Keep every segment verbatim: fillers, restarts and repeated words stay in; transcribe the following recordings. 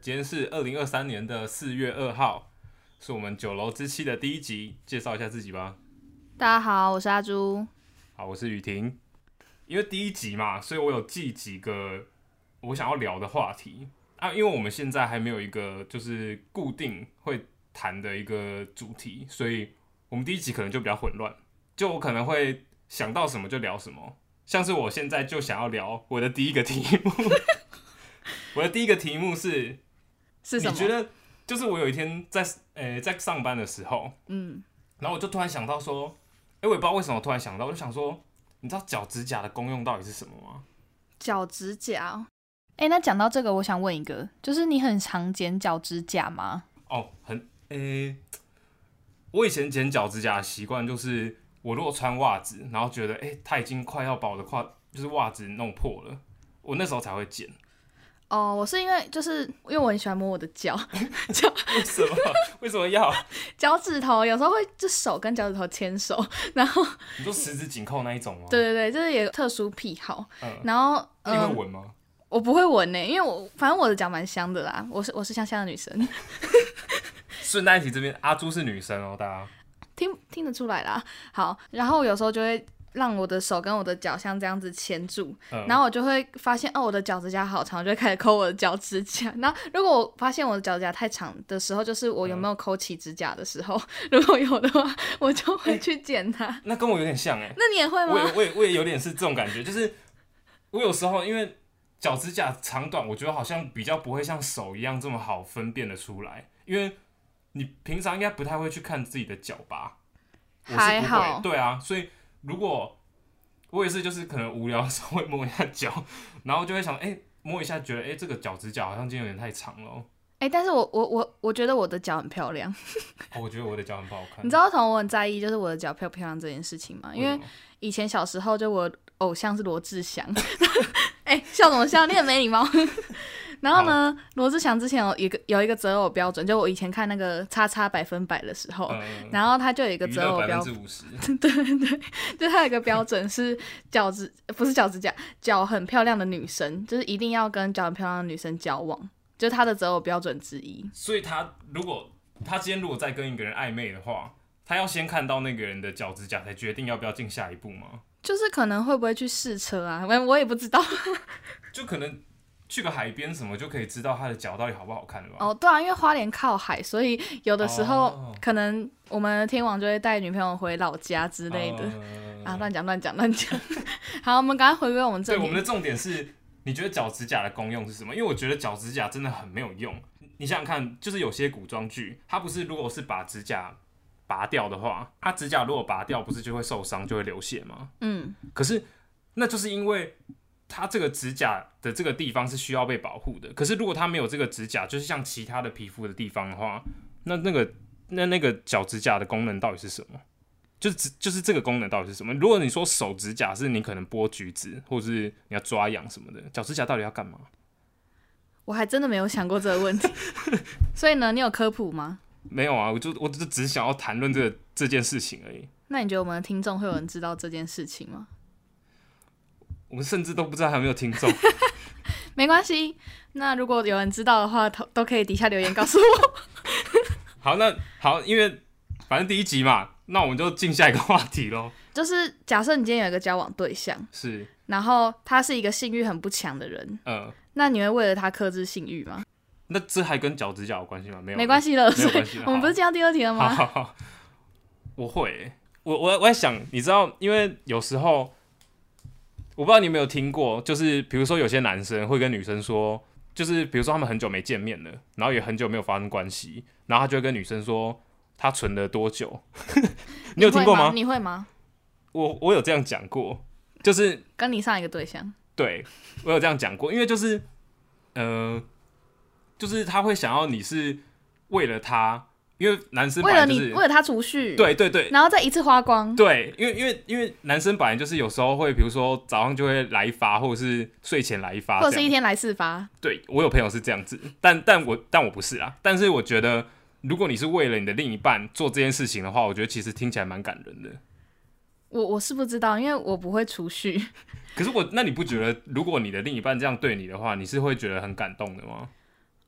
今天是二零二三年的四月二号，是我们九楼之妻的第一集，介绍一下自己吧。 大家好，我是阿朱。 好，我是雨婷。因为第一集嘛，所以我有记几个我想要聊的话题啊。因为我们现在还没有一个就是固定会谈的一个主题，所以我们第一集可能就比较混乱，就我可能会想到什么就聊什么。像是我现在就想要聊我的第一个题目，我的第一个题目是是什么？ 你觉得就是我有一天在呃、欸、在上班的时候，嗯，然后我就突然想到说，哎、欸，我也不知道为什么我突然想到，我就想说，你知道脚指甲的功用到底是什么吗？ 脚指甲，哎、欸，那讲到这个，我想问一个，就是你很常剪脚指甲吗？ 哦，很，诶、欸，我以前剪脚指甲的习惯就是。我如果穿袜子，然后觉得哎、欸，它已经快要把我的胯就是袜子弄破了，我那时候才会剪。 哦，我是因为就是因为我很喜欢摸我的脚，脚为什么？为什么要？ 脚趾头有时候会就手跟脚趾头牵手，然后你说十指紧扣那一种吗？ 对对对，就是有特殊癖好。嗯、然后、 呃、你会闻吗？ 我不会闻呢、欸，因为我反正我的脚蛮香的啦，我是我是香香的女生。 顺带一提，这边阿朱是女生哦，大家。 听听得出来啦，好，然后有时候就会让我的手跟我的脚像这样子牵住、嗯，然后我就会发现哦，我的脚指甲好长，我就会开始抠我的脚指甲。然后如果我发现我的脚指甲太长的时候，就是我有没有抠起指甲的时候，嗯、如果有的话，我就会去剪它。欸、 那跟我有点像哎、欸， 那你也会吗？ 我也我也我也有点是这种感觉，就是我有时候因为脚指甲长短，我觉得好像比较不会像手一样这么好分辨得出来，因为。你平常应该不太会去看自己的脚吧？ 还好， 对啊，所以如果我也是，就是可能无聊的时候会摸一下脚，然后就会想，哎、欸，摸一下，觉得哎、欸，这个脚指甲好像今天有点太长了。 哎、欸，但是我我我我觉得我的脚很漂亮。 哦，我觉得我的脚很不好看。 你知道，从我很在意就是我的脚漂不漂亮这件事情吗？因为以前小时候就我偶像是罗志祥，哎、欸，笑什么笑？你很没礼貌。然后呢，罗志祥之前有一个有一个择偶标准，就我以前看那个叉叉百分百的时候，嗯、然后他就有一个择偶标准，对对对，就他有一个标准是脚趾不是脚指甲，脚很漂亮的女生，就是一定要跟脚很漂亮的女生交往，就是他的择偶标准之一。 所以他如果他今天如果再跟一个人暧昧的话，他要先看到那个人的脚指甲，才决定要不要进下一步吗？ 就是可能会不会去试车啊？我我也不知道， 就可能。去个海边什么就可以知道他的脚到底好不好看了吧？ 哦，对啊，因为花莲靠海，所以有的时候、哦、可能我们天王就会带女朋友回老家之类的、哦、啊，乱讲乱讲乱讲。好，我们赶快回归我们正题。 对，我们的重点是，你觉得脚指甲的功用是什么？因为我觉得脚指甲真的很没有用。你想想看，就是有些古装剧，它不是如果是把指甲拔掉的话，它指甲如果拔掉，不是就会受伤，就会流血吗？嗯。可是那就是因为。它这个指甲的这个地方是需要被保护的，可是如果它没有这个指甲，就是像其他的皮肤的地方的话，那那个那那个脚指甲的功能到底是什么？就是就是这个功能到底是什么？如果你说手指甲是你可能剥橘子，或者是你要抓痒什么的，脚指甲到底要干嘛？ 我还真的没有想过这个问题。所以呢，你有科普吗？ 没有啊，我就我就只想要谈论这个这件事情而已。 那你觉得我们的听众会有人知道这件事情吗？ 我们甚至都不知道还有没有听众。 没关系，那如果有人知道的话，都可以底下留言告诉我。 好，那好，因为反正第一集嘛，那我们就进下一个话题咯。 就是假设你今天有一个交往对象， 是， 然后他是一个性欲很不强的人，嗯，那你会为了他克制性欲吗？ 那这还跟脚指甲有关系吗？没有， 没关系了， 没有关系了。 我们不是进到第二题了吗？ 好好好，我会、欸，我我我在想，你知道，因为有时候。我不知道你有没有听过，就是比如说有些男生会跟女生说，就是比如说他们很久没见面了，然后也很久没有发生关系，然后他就会跟女生说他存了多久。你有听过吗？ 你会吗？ 我我有这样讲过，就是跟你上一个对象。 对，我有这样讲过，因为就是呃，就是他会想要你是为了他。因为男生本来、就是、 为了你，为了他储蓄， 对对对， 然后再一次花光， 对，因为因为因为男生本来就是有时候会，比如说早上就会来一发，或者是睡前来一发， 或者是一天来四发。 对，我有朋友是这样子，但但我但我不是啊。但是我觉得，如果你是为了你的另一半做这件事情的话，我觉得其实听起来蛮感人的。 我我是不知道，因为我不会储蓄。 可是我，那你不觉得，如果你的另一半这样对你的话，你是会觉得很感动的吗？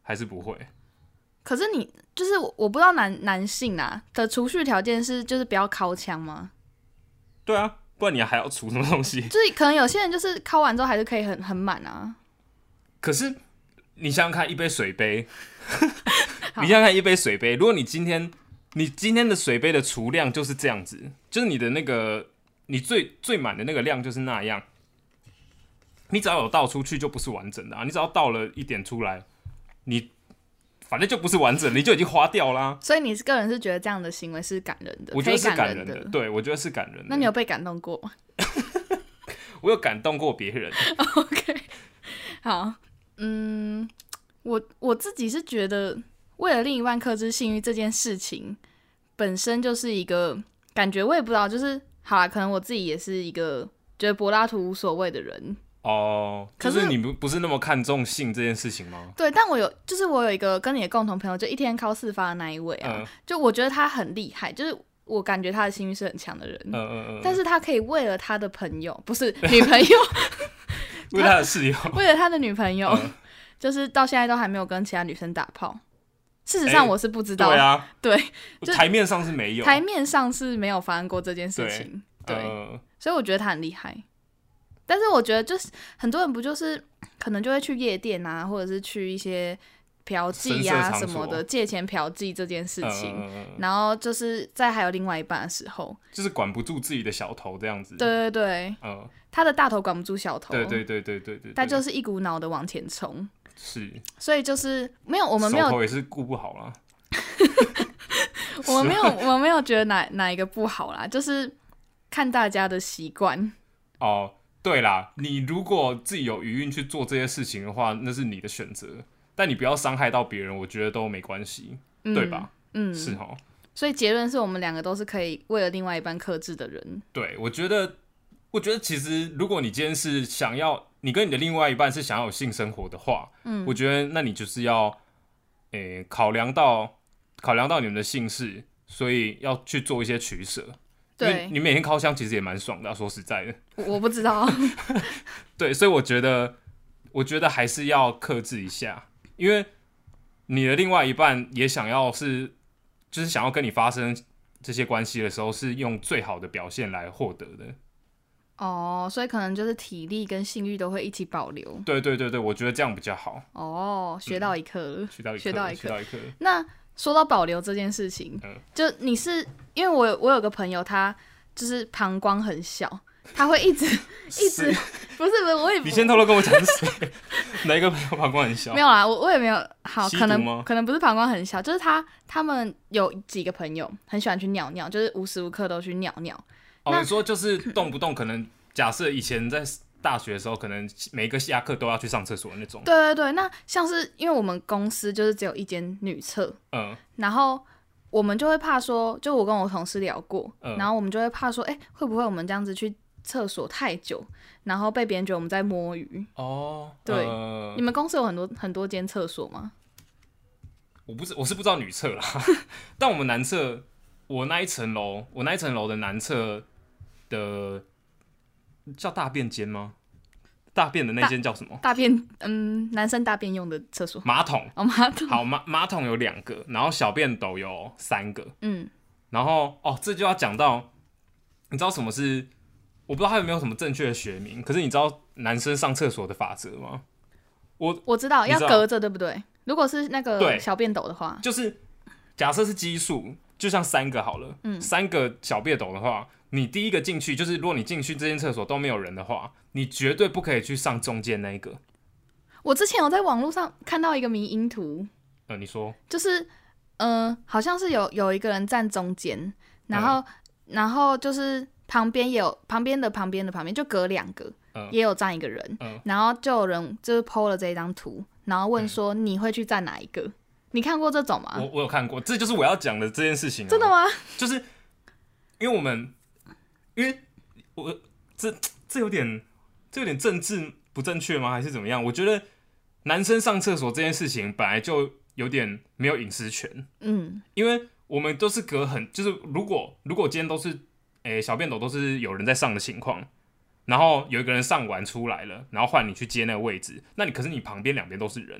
还是不会？ 可是你就是我不知道男男性啊的储蓄条件是就是不要靠枪吗？ 对啊，不然你还要储什么东西？ 就是可能有些人就是靠完之后还是可以很很满啊。 可是你想想看，一杯水杯，你想想看一杯水杯，如果你今天你今天的水杯的储量就是这样子，就是你的那个你最最满的那个量就是那样，你只要有倒出去就不是完整的啊，你只要倒了一点出来，你反正就不是完整的，你就已经花掉啦。 所以你个人是觉得这样的行为是感人的？ 我觉得是感人的，对，我觉得是感人的。 那你有被感动过吗？ 我有感动过别人。 OK， 好，嗯，我我自己是觉得，为了另一半克制性欲这件事情本身就是一个感觉，我也不知道，就是好啦，可能我自己也是一个觉得柏拉图无所谓的人。 哦，可是你不不是那么看重性这件事情吗？ 对，但我有，就是我有一个跟你的共同朋友，就一天靠四发的那一位啊，嗯、就我觉得他很厉害，就是我感觉他的性欲是很强的人，嗯嗯嗯，但是他可以为了他的朋友，不是女朋友， 为了他的室友， 为了他的女朋友，嗯、就是到现在都还没有跟其他女生打炮。事实上我是不知道， 欸、对啊， 对， 台面上是没有， 台面上是没有发生过这件事情，对，对呃、所以我觉得他很厉害。但是我觉得就是很多人不就是可能就会去夜店啊，或者是去一些嫖妓啊什么的，借钱嫖妓这件事情、呃，然后就是在还有另外一半的时候， 就是管不住自己的小头这样子。 对对对，呃、他的大头管不住小头， 对对对对对 对, 对， 他就是一股脑的往前冲。 是， 所以就是没有我们没有手头也是顾不好啦。 我们没有我们没有觉得哪哪一个不好啦，就是看大家的习惯哦。对啦，你如果自己有余韵去做这些事情的话，那是你的选择，但你不要伤害到别人，我觉得都没关系、嗯，对吧？嗯，是齁。 所以结论是我们两个都是可以为了另外一半克制的人。 对，我觉得，我觉得其实如果你今天是想要，你跟你的另外一半是想要有性生活的话，嗯，我觉得那你就是要，诶、欸，考量到考量到你们的性事，所以要去做一些取舍。对，你每天靠枪其实也蛮爽的、啊，说实在的。 我不知道。 对，所以我觉得，我觉得还是要克制一下，因为你的另外一半也想要是，就是想要跟你发生这些关系的时候，是用最好的表现来获得的。 哦，所以可能就是体力跟性欲都会一起保留。 对对对对，我觉得这样比较好。 哦，学到一课了、嗯， 学到一课， 学到一课， 学到一课。 那说到保留这件事情，嗯、就你是因为我有我有个朋友，他就是膀胱很小，他会一直一直不是不是，我也不你先偷偷跟我讲是谁？哪一个朋友膀胱很小？ 没有啦，我我也没有好，可能可能不是膀胱很小，就是他他们有几个朋友很喜欢去尿尿，就是无时无刻都去尿尿。 哦，你说就是动不动可能假设以前在大学的时候，可能每一个下课都要去上厕所的那种。 对对对，那像是因为我们公司就是只有一间女厕，嗯，然后我们就会怕说，就我跟我同事聊过，嗯、然后我们就会怕说，哎、欸，会不会我们这样子去厕所太久，然后被别人觉得我们在摸鱼？哦，对，呃、你们公司有很多很多间厕所吗？ 我不是，我是不知道女厕啦，但我们男厕，我那一层楼，我那一层楼的男厕的。叫大便间吗？大便的那间叫什么？ 大便，嗯，男生大便用的厕所。 马桶。 哦，马桶。 好，马马桶有两个，然后小便斗有三个。嗯。然后哦，这就要讲到，你知道什么是？我不知道他有没有什么正确的学名，可是你知道男生上厕所的法则吗？我我知道，要隔着，对不对？如果是那个小便斗的话， 就是假设是奇数，就像三个好了，嗯，三个小便斗的话。你第一个进去，就是如果你进去这间厕所都没有人的话，你绝对不可以去上中间那一个。 我之前有在网络上看到一个迷因图， 呃，你说， 就是呃，好像是有有一个人站中间，然后、嗯、然后就是旁边也有旁边的旁边的旁边就隔两个、嗯，也有站一个人、嗯，然后就有人就是 po 了这一张图，然后问说、嗯、你会去站哪一个？你看过这种吗？ 我我有看过，这就是我要讲的这件事情、啊。 真的吗？ 就是因为我们。因为我这这有点这有点政治不正确吗？还是怎么样？我觉得男生上厕所这件事情本来就有点没有隐私权。嗯，因为我们都是隔很，就是如果如果今天都是诶、欸、小便斗都是有人在上的情况，然后有一个人上完出来了，然后换你去接那个位置，那你可是你旁边两边都是人，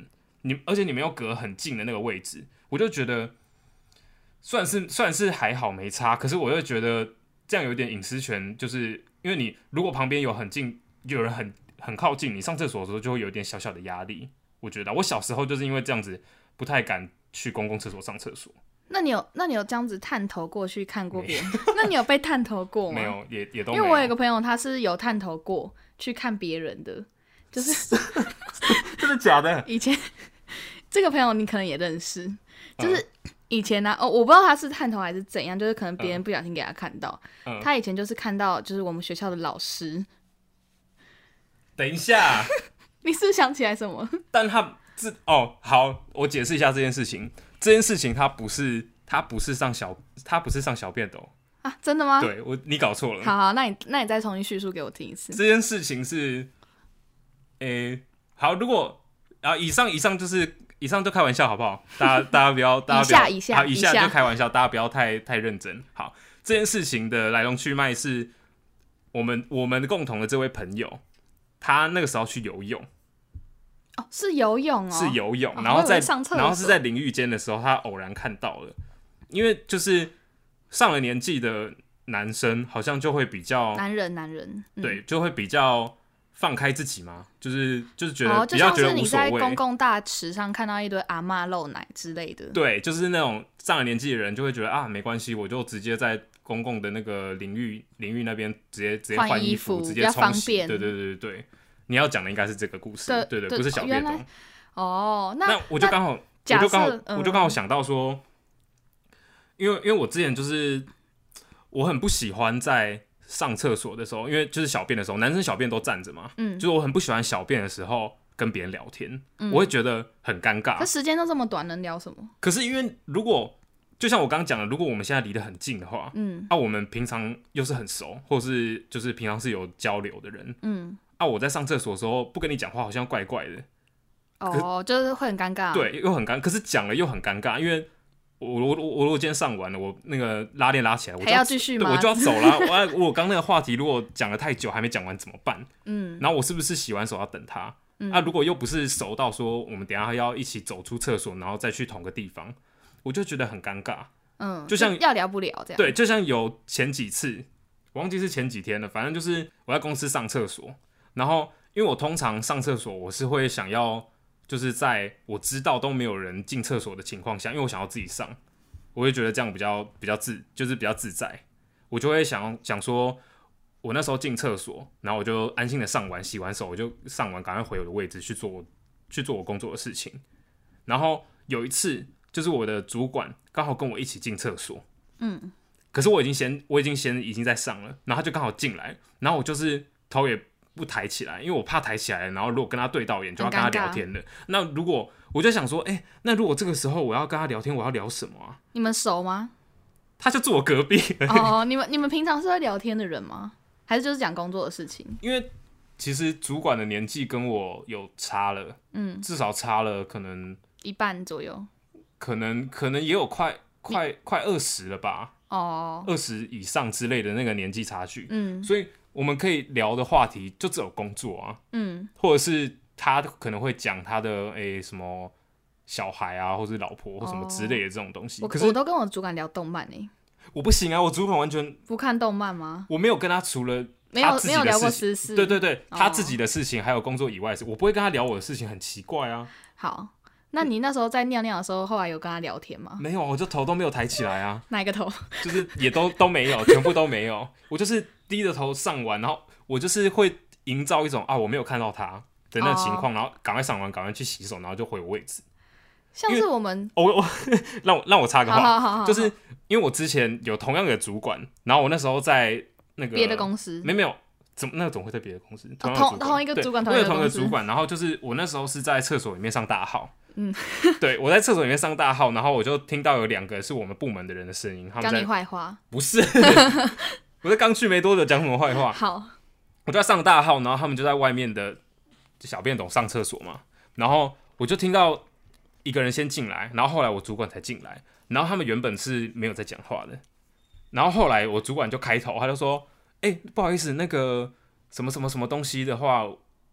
你而且你们又隔很近的那个位置，我就觉得虽然是虽然是还好没差，可是我又觉得这样有点隐私权，就是因为你如果旁边有很近有人很很靠近，你上厕所的时候就会有一点小小的压力。我觉得我小时候就是因为这样子不太敢去公共厕所上厕所。 那你有那你有这样子探头过去看过别人？那你有被探头过吗？ 没有，也也都没有。 因为我有一个朋友，他是有探头过去看别人的，就是真的假的？ 以前这个朋友你可能也认识，就是以前呢、啊，哦，我不知道他是探头还是怎样，就是可能别人不小心给他看到，嗯、他以前就是看到就是我们学校的老师。 等一下， 你是不是想起来什么？ 但他这哦，好，我解释一下这件事情。这件事情他不是他不是上小他不是上小便斗啊？真的吗？ 对我你搞错了。 好好，那你那你再重新叙述给我听一次。 这件事情是，诶、欸，好，如果啊以上以上就是以上就开玩笑好不好？大家大家不要大家不要以下好以下就开玩笑，大家不要太太认真。好，这件事情的来龙去脉是我们我们共同的这位朋友，他那个时候去游泳。 哦，是游泳哦， 是游泳， 哦、 然后在上厕所， 然后是在淋浴间的时候，他偶然看到了，因为就是上了年纪的男生，好像就会比较男人，男人， 嗯、对，就会比较放开自己嘛，就是就是觉得、 哦、 比较觉得无所谓。 就像是你在公共大池上看到一堆阿嬷露奶之类的， 对，就是那种上了年纪的人就会觉得啊，没关系，我就直接在公共的那个淋浴淋浴那边直接直接换衣服，直接冲洗，对对对对对。你要讲的应该是这个故事，对 对, 对，不是小便斗。 哦，那那我就刚好，我就刚好，嗯、我就刚好想到说，因为因为我之前就是我很不喜欢在上厕所的时候，因为就是小便的时候，男生小便都站着嘛，嗯，就是我很不喜欢小便的时候跟别人聊天，嗯、我会觉得很尴尬。 可时间都这么短，能聊什么？ 可是因为如果就像我刚刚讲的，如果我们现在离得很近的话，嗯，啊，我们平常又是很熟，或是就是平常是有交流的人，嗯。啊！我在上厕所的时候不跟你讲话，好像怪怪的。 哦，就是会很尴尬。 对，又很尴，可是讲了又很尴尬，因为我我我我如果今天上完了，我那个拉链拉起来，我就还要继续吗？ 我就要走了。我我刚那个话题如果讲了太久还没讲完怎么办？嗯，然后我是不是洗完手要等他？嗯、啊，如果又不是熟到说我们等一下要一起走出厕所，然后再去同个地方，我就觉得很尴尬。 嗯， 就像要聊不聊这样。 对，就像有前几次，我忘记是前几天了，反正就是我在公司上厕所。然后，因为我通常上厕所，我是会想要，就是在我知道都没有人进厕所的情况下，因为我想要自己上，我会觉得这样比较比较自，就是比较自在。我就会想想说，我那时候进厕所，然后我就安心的上完，洗完手，我就上完，赶快回我的位置去做我去做我工作的事情。然后有一次，就是我的主管刚好跟我一起进厕所，嗯，可是我已经先我已经先已经在上了，然后他就刚好进来，然后我就是头也不抬起来，因为我怕抬起来，然后如果跟他对到眼，就要跟他聊天了。那如果我就想说，哎、欸，那如果这个时候我要跟他聊天，我要聊什么啊？ 你们熟吗？ 他就坐我隔壁而已。 哦，你们你们平常是会聊天的人吗？还是就是讲工作的事情？ 因为其实主管的年纪跟我有差了，嗯，至少差了可能一半左右， 可能可能也有快快快二十了吧？ 哦， 二十以上之类的那个年纪差距，嗯，所以。我们可以聊的话题就只有工作啊，嗯，或者是他可能会讲他的诶、欸、什么小孩啊，或者老婆或什么之类的这种东西。 我可是我都跟我主管聊动漫诶、欸， 我不行啊，我主管完全不看动漫吗？ 我没有跟他除了没有没有聊过私事， 对对对，他自己的事情还有工作以外的事，我不会跟他聊我的事情，很奇怪啊。 好。那你那时候在尿尿的时候，后来有跟他聊天吗？ 没有，我就头都没有抬起来啊。 哪一个头？ 就是也都都没有，全部都没有。我就是低着头上完，然后我就是会营造一种啊我没有看到他的那个情况， oh. 然后赶快上完，赶快去洗手，然后就回我位置。 像是我们， 我我让我让我插个话， 好好好好， 就是因为我之前有同样的主管，然后我那时候在那个别的公司， 没没有。怎么那个总会在别的公司？ 同同同一个主管，同一个同一个主管。然后就是我那时候是在厕所里面上大号， 嗯， 对，我在厕所里面上大号，然后我就听到有两个是我们部门的人的声音，他们在讲你坏话， 不是，我在刚去没多久，讲什么坏话？ 好， 我就在上大号，然后他们就在外面的小便斗上厕所嘛，然后我就听到一个人先进来，然后后来我主管才进来，然后他们原本是没有在讲话的，然后后来我主管就开头，他就说。哎、欸，不好意思，那个什么什么什么东西的话，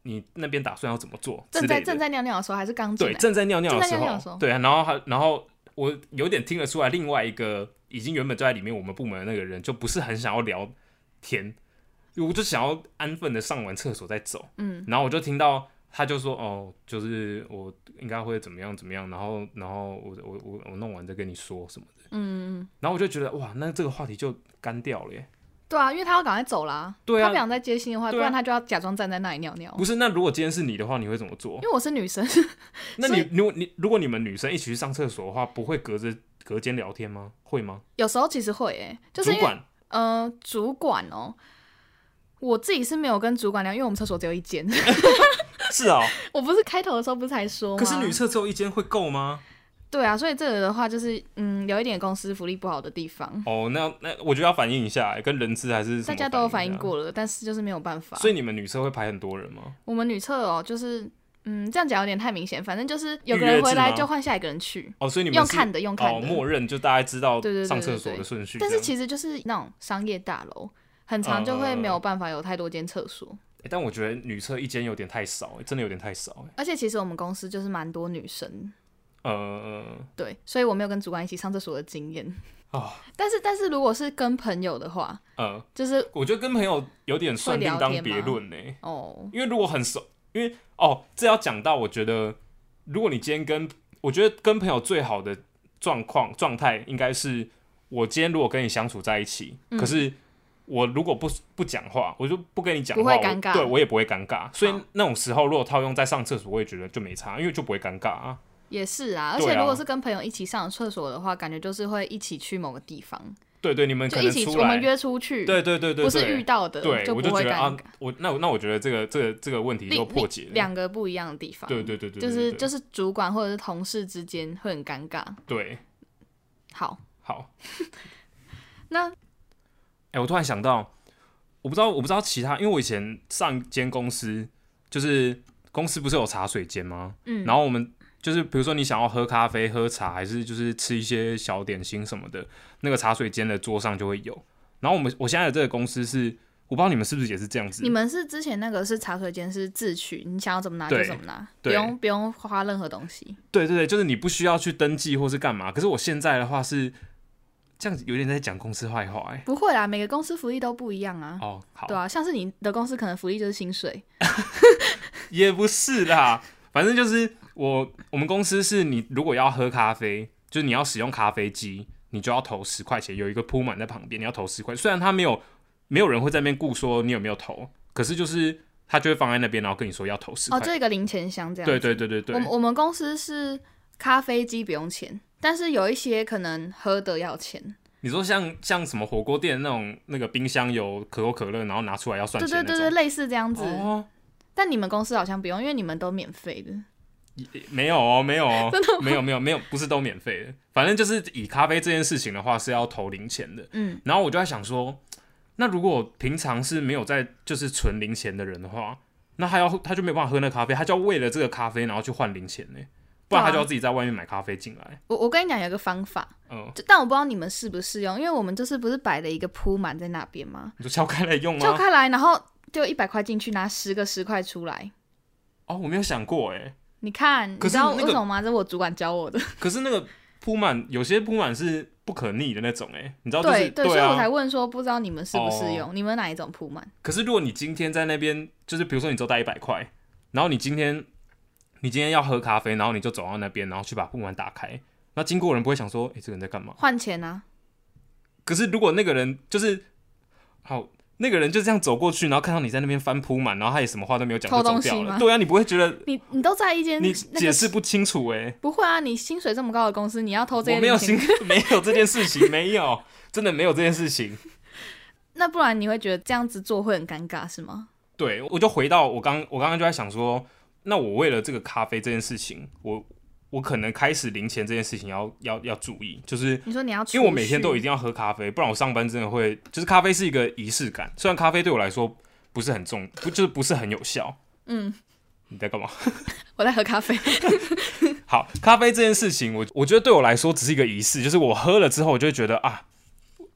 你那边打算要怎么做？ 正在正在尿尿的时候还是刚进来？ 对，正在尿尿的时候， 正在尿尿的时候对，然后还然后我有点听得出来，另外一个已经原本就在里面我们部门的那个人就不是很想要聊天，我就想要安分的上完厕所再走。嗯，然后我就听到他就说哦，就是我应该会怎么样怎么样，然后然后我我我我弄完再跟你说什么的。嗯，然后我就觉得哇，那这个话题就干掉了耶。 对啊，因为他要赶快走啦。对啊，他不想再接新的话，啊、不然他就要假装站在那里尿尿。 不是，那如果今天是你的话，你会怎么做？ 因为我是女生。 那你如果你如果你们女生一起去上厕所的话，不会隔着隔间聊天吗？会吗？ 有时候其实会诶、欸，就是主管呃主管哦、喔，我自己是没有跟主管聊，因为我们厕所只有一间。 是啊、喔， 我不是开头的时候不是才说吗？ 可是女厕只有一间会够吗？ 对啊，所以这个的话就是嗯，有一点公司福利不好的地方。 哦，那那我觉得要反映一下，跟人资还是什么大家都有反映过了，但是就是没有办法。 所以你们女厕会排很多人吗？ 我们女厕哦，就是嗯，这样讲有点太明显，反正就是有个人回来就换下一个人去。 哦，所以你们用看的用看的， 哦，默认就大概知道上厕所的顺序。 但是其实就是那种商业大楼，很常就会没有办法有太多间厕所。 欸、但我觉得女厕一间有点太少、欸，真的有点太少、欸。 而且其实我们公司就是蛮多女生。 呃， 对，所以我没有跟主管一起上厕所的经验。 哦， 但是但是如果是跟朋友的话， 呃， 就是我觉得跟朋友有点算另当别论呢。 哦， 因为如果很熟，因为哦，这要讲到，我觉得如果你今天跟，我觉得跟朋友最好的状况状态应该是，我今天如果跟你相处在一起，嗯、可是我如果不不讲话，我就不跟你讲话， 不会尴尬， 我对我也不会尴尬。所以那种时候，如果套用在上厕所，我也觉得就没差，因为就不会尴尬啊。 也是啊，而且如果是跟朋友一起上厕所的话，感觉就是会一起去某个地方。 对对，你们可能就一起，我们约出去。 对对对对， 不是遇到的， 对， 就不会尴尬。我就觉得啊，我那那我觉得这个这个这个问题就破解了。 两个不一样的地方。 对对对对， 就是就是主管或者是同事之间会很尴尬。 对， 好， 好。 那，哎、 欸，我突然想到，我不知道我不知道其他，因为我以前上一间公司，就是公司不是有茶水间吗？嗯，然后我们。就是比如说你想要喝咖啡、喝茶，还是就是吃一些小点心什么的，那个茶水间的桌上就会有。然后我们我现在的这个公司是，我不知道你们是不是也是这样子。 你们是之前那个是茶水间是自取，你想要怎么拿就怎么拿，不用不用花任何东西。 对对对，就是你不需要去登记或是干嘛。可是我现在的话是这样子，有点在讲公司坏话哎、欸。 不会啦，每个公司福利都不一样啊。 哦，好。 对啊，像是你的公司可能福利就是薪水。 也不是啦，反正就是。我我们公司是你如果要喝咖啡，就是你要使用咖啡机，你就要投十块钱，有一个铺满在旁边，你要投十块。虽然他没有没有人会在那边顾说你有没有投，可是就是他就会放在那边，然后跟你说要投十块。 哦，就一个零钱箱这样子。 对对对对对。 我们我们公司是咖啡机不用钱，但是有一些可能喝的要钱。 你说像像什么火锅店那种那个冰箱有可口可乐，然后拿出来要算钱那种。 对对对对，类似这样子。 哦。 但你们公司好像不用，因为你们都免费的。 没有哦，没有哦，没有没有没有，不是都免费的。反正就是以咖啡这件事情的话，是要投零钱的。嗯，然后我就在想说，那如果平常是没有在就是存零钱的人的话，那他要他就没有办法喝那咖啡，他就要为了这个咖啡然后去换零钱呢，不然他就要自己在外面买咖啡进来。 我我跟你讲有一个方法，嗯，但我不知道你们适不适用，因为我们就是不是摆了一个铺满在那边吗？ 你就敲开来用吗？ 敲开来，然后就一百块进去，拿十个十块出来。 哦，我没有想过哎。 你看，你知道为什么吗？这是我主管教我的。 可是那个铺满，有些铺满是不可逆的那种、欸，哎，你知道、就是？ 对对， 对啊、 所以我才问说，不知道你们适不适用？哦、你们哪一种铺满？ 可是如果你今天在那边，就是比如说你只有带一百块，然后你今天你今天要喝咖啡，然后你就走到那边，然后去把铺满打开，那经过的人不会想说，哎、欸，这个人在干嘛？ 换钱啊！ 可是如果那个人就是好。那个人就这样走过去，然后看到你在那边翻铺满，然后他也什么话都没有讲就走掉了。对啊，你不会觉得你你都在一间你解释不清楚哎、欸？ 不会啊，你薪水这么高的公司，你要偷这些？ 我没有薪，没有这件事情，没有，真的没有这件事情。 那不然你会觉得这样子做会很尴尬是吗？ 对，我就回到我刚我刚刚就在想说，那我为了这个咖啡这件事情，我。我可能开始零钱这件事情要要要注意，就是你说你要， 因为我每天都一定要喝咖啡，不然我上班真的会，就是咖啡是一个仪式感。虽然咖啡对我来说不是很重，不就是不是很有效。嗯，你在干嘛？ 我在喝咖啡。 好，咖啡这件事情，我我觉得对我来说只是一个仪式，就是我喝了之后，我就会觉得啊，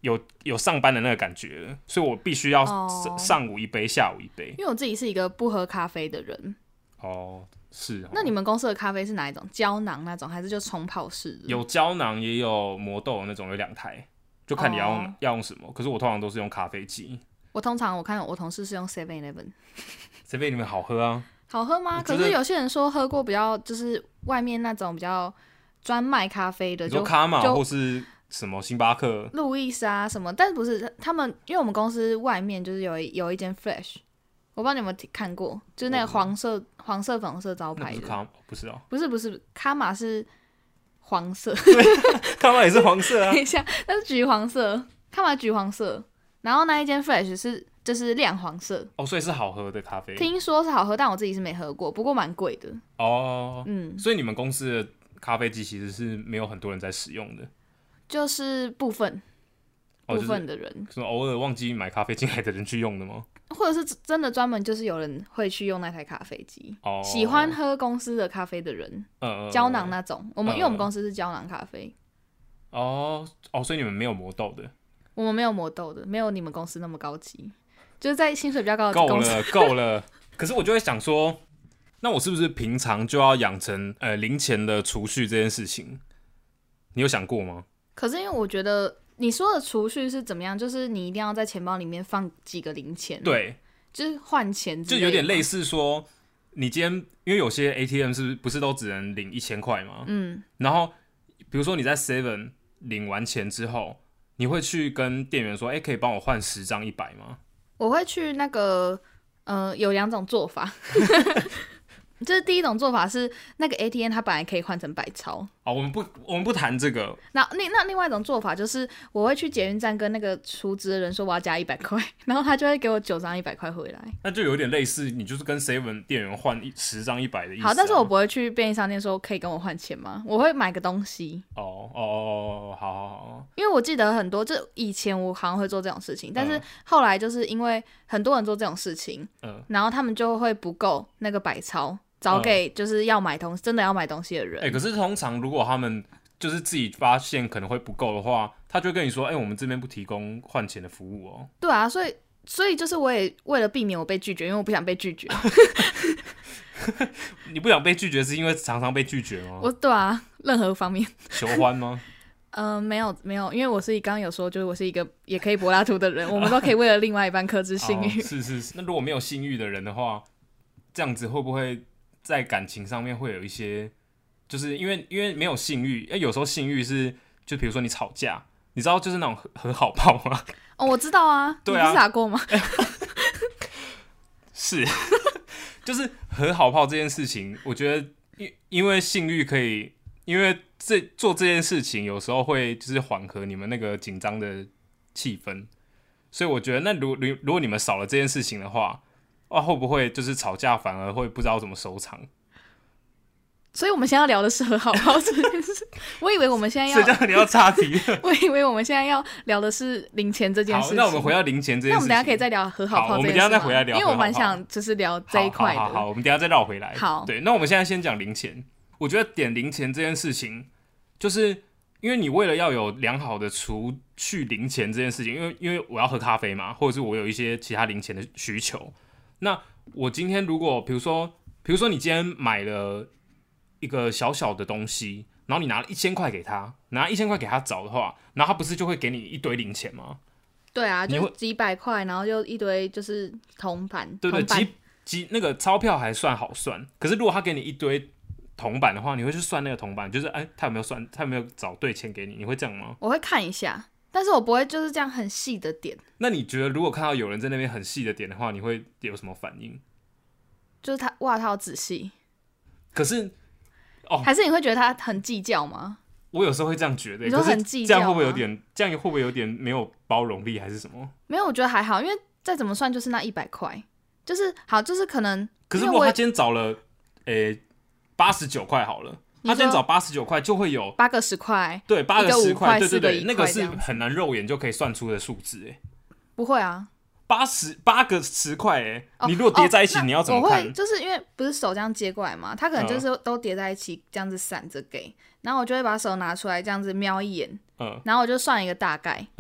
有有上班的那个感觉了，所以我必须要哦上午一杯，下午一杯。 因为我自己是一个不喝咖啡的人。 哦，是哦。 那你们公司的咖啡是哪一种？胶囊那种，还是就冲泡式的？ 有胶囊也有磨豆的那种，有两台，就看你要用、 哦、 要用什么。可是我通常都是用咖啡机。 我通常我看我同事是用 seven eleven。seven 里面好喝啊。 好喝吗？可是有些人说喝过比较就是外面那种比较专卖咖啡的， 你说卡玛或是什么星巴克、 路易莎什么，但不是他们，因为我们公司外面就是有一有一间 Fresh， 我不知道你有没有看过，就是那个黄色黄色粉红色招牌的。 那不是卡，不是哦， 不是不是，卡玛是黄色， 卡玛也是黄色啊。 等一下，那是橘黄色，卡玛橘黄色，然后那一间 Fresh 是就是亮黄色。 哦，所以是好喝的咖啡。 听说是好喝，但我自己是没喝过，不过蛮贵的。 哦， 嗯， 所以你们公司的咖啡机其实是没有很多人在使用的。 就是部分、 哦、 部分的人， 就是偶尔忘记买咖啡进来的人去用的吗？ 或者是真的专门就是有人会去用那台咖啡机， 哦、 喜欢喝公司的咖啡的人， 嗯， 胶囊那种。我们、 嗯、 因为我们公司是胶囊咖啡。 哦哦，所以你们没有磨豆的？ 我们没有磨豆的，没有你们公司那么高级，就是在薪水比较高的公司。 够了，够了。可是我就会想说，那我是不是平常就要养成呃零钱的储蓄这件事情？你有想过吗？ 可是因为我觉得你说的储蓄是怎么样，就是你一定要在钱包里面放几个零钱， 对， 就是换钱之类的， 就有点类似说，你今天因为有些 A T M 是不是都只能领一千块吗？嗯，然后比如说你在 Seven 领完钱之后，你会去跟店员说，哎、欸，可以帮我换十张一百吗？ 我会去那个，呃，有两种做法。就是第一种做法是那个 A T M 它本来可以换成百钞。 好，我们不我们不谈这个。 那那那另外一种做法就是我会去捷运站跟那个储值的人说我要加一百块，然后他就会给我九张一百块回来。 那就有点类似，你就是跟 Seven 店员换十张一百的意思、啊。 好，但是我不会去便利商店说可以跟我换钱吗？我会买个东西。 哦哦哦，好好好。 因为我记得很多，就以前我好像会做这种事情，但是后来就是因为很多人做这种事情，嗯，然后他们就会不够那个百钞。找给就是要买东西、嗯、真的要买东西的人。 哎、欸，可是通常如果他们就是自己发现可能会不够的话，他就会跟你说，哎、欸，我们这边不提供换钱的服务哦。 对啊，所以所以就是我也为了避免我被拒绝，因为我不想被拒绝。 你不想被拒绝是因为常常被拒绝吗？ 我对啊，任何方面。 求欢吗？ 呃，没有没有，因为我是刚刚有说，就是我是一个也可以柏拉图的人，我们都可以为了另外一半克制性欲、 哦。是是是，那如果没有性欲的人的话，这样子会不会？在感情上面会有一些，就是因为因为没有性欲，因为有时候性欲是，就比如说你吵架，你知道就是那种和好炮吗？ 哦，我知道啊， 对啊， 你不是打过吗？ 是，就是和好炮这件事情，我觉得因因为性欲可以，因为这做这件事情有时候会就是缓和你们那个紧张的气氛，所以我觉得那如如果你们少了这件事情的话。哇，会不会就是吵架反而会不知道怎么收场？ 所以我们现在要聊的是和好炮这件事。我以为我们现在要， 谁叫你要岔题了？ 我以为我们现在要聊的是零钱这件事情。 好，那我们回到零钱这件事情。那我们等一下可以再聊和好炮这件事。 我们等一下再回来聊， 因为我蛮想就是聊这一块的。 好好 好, 好，我们等一下再绕回来。 好， 对，那我们现在先讲零钱。我觉得点零钱这件事情，就是因为你为了要有良好的除去零钱这件事情，因为因为我要喝咖啡嘛，或者是我有一些其他零钱的需求，那我今天如果比如说，比如说你今天买了一个小小的东西，然后你拿了一千块给他，拿一千块给他找的话，然后他不是就会给你一堆零钱吗？ 对啊，就几百块，然后就一堆就是铜板， 对对，几几那个钞票还算好算，可是如果他给你一堆铜板的话，你会去算那个铜板，就是哎，他有没有算，他有没有找对钱给你？你会这样吗？ 我会看一下。但是我不会就是这样很细的点。 那你觉得如果看到有人在那边很细的点的话，你会有什么反应？ 就是他哇，他好仔细。 可是，哦， 还是你会觉得他很计较吗？ 我有时候会这样觉得。 你说很计较， 这样会不会有点？这样会不会有点没有包容力，还是什么？ 没有，我觉得还好，因为再怎么算就是那一百块，就是好，就是可能。 可是如果他今天找了，诶，八十九块好了。他今天找八十九块就会有八个十块， 对，八个十块，对对对， 那个是很难肉眼就可以算出的数字哎。 不会啊， 八十八个十块哎，你如果叠在一起， 哦、 你要怎么看？ 我会就是因为不是手这样接过来嘛，他可能就是都叠在一起这样子散着给，嗯、然后我就会把手拿出来这样子瞄一眼，嗯，然后我就算一个大概，嗯，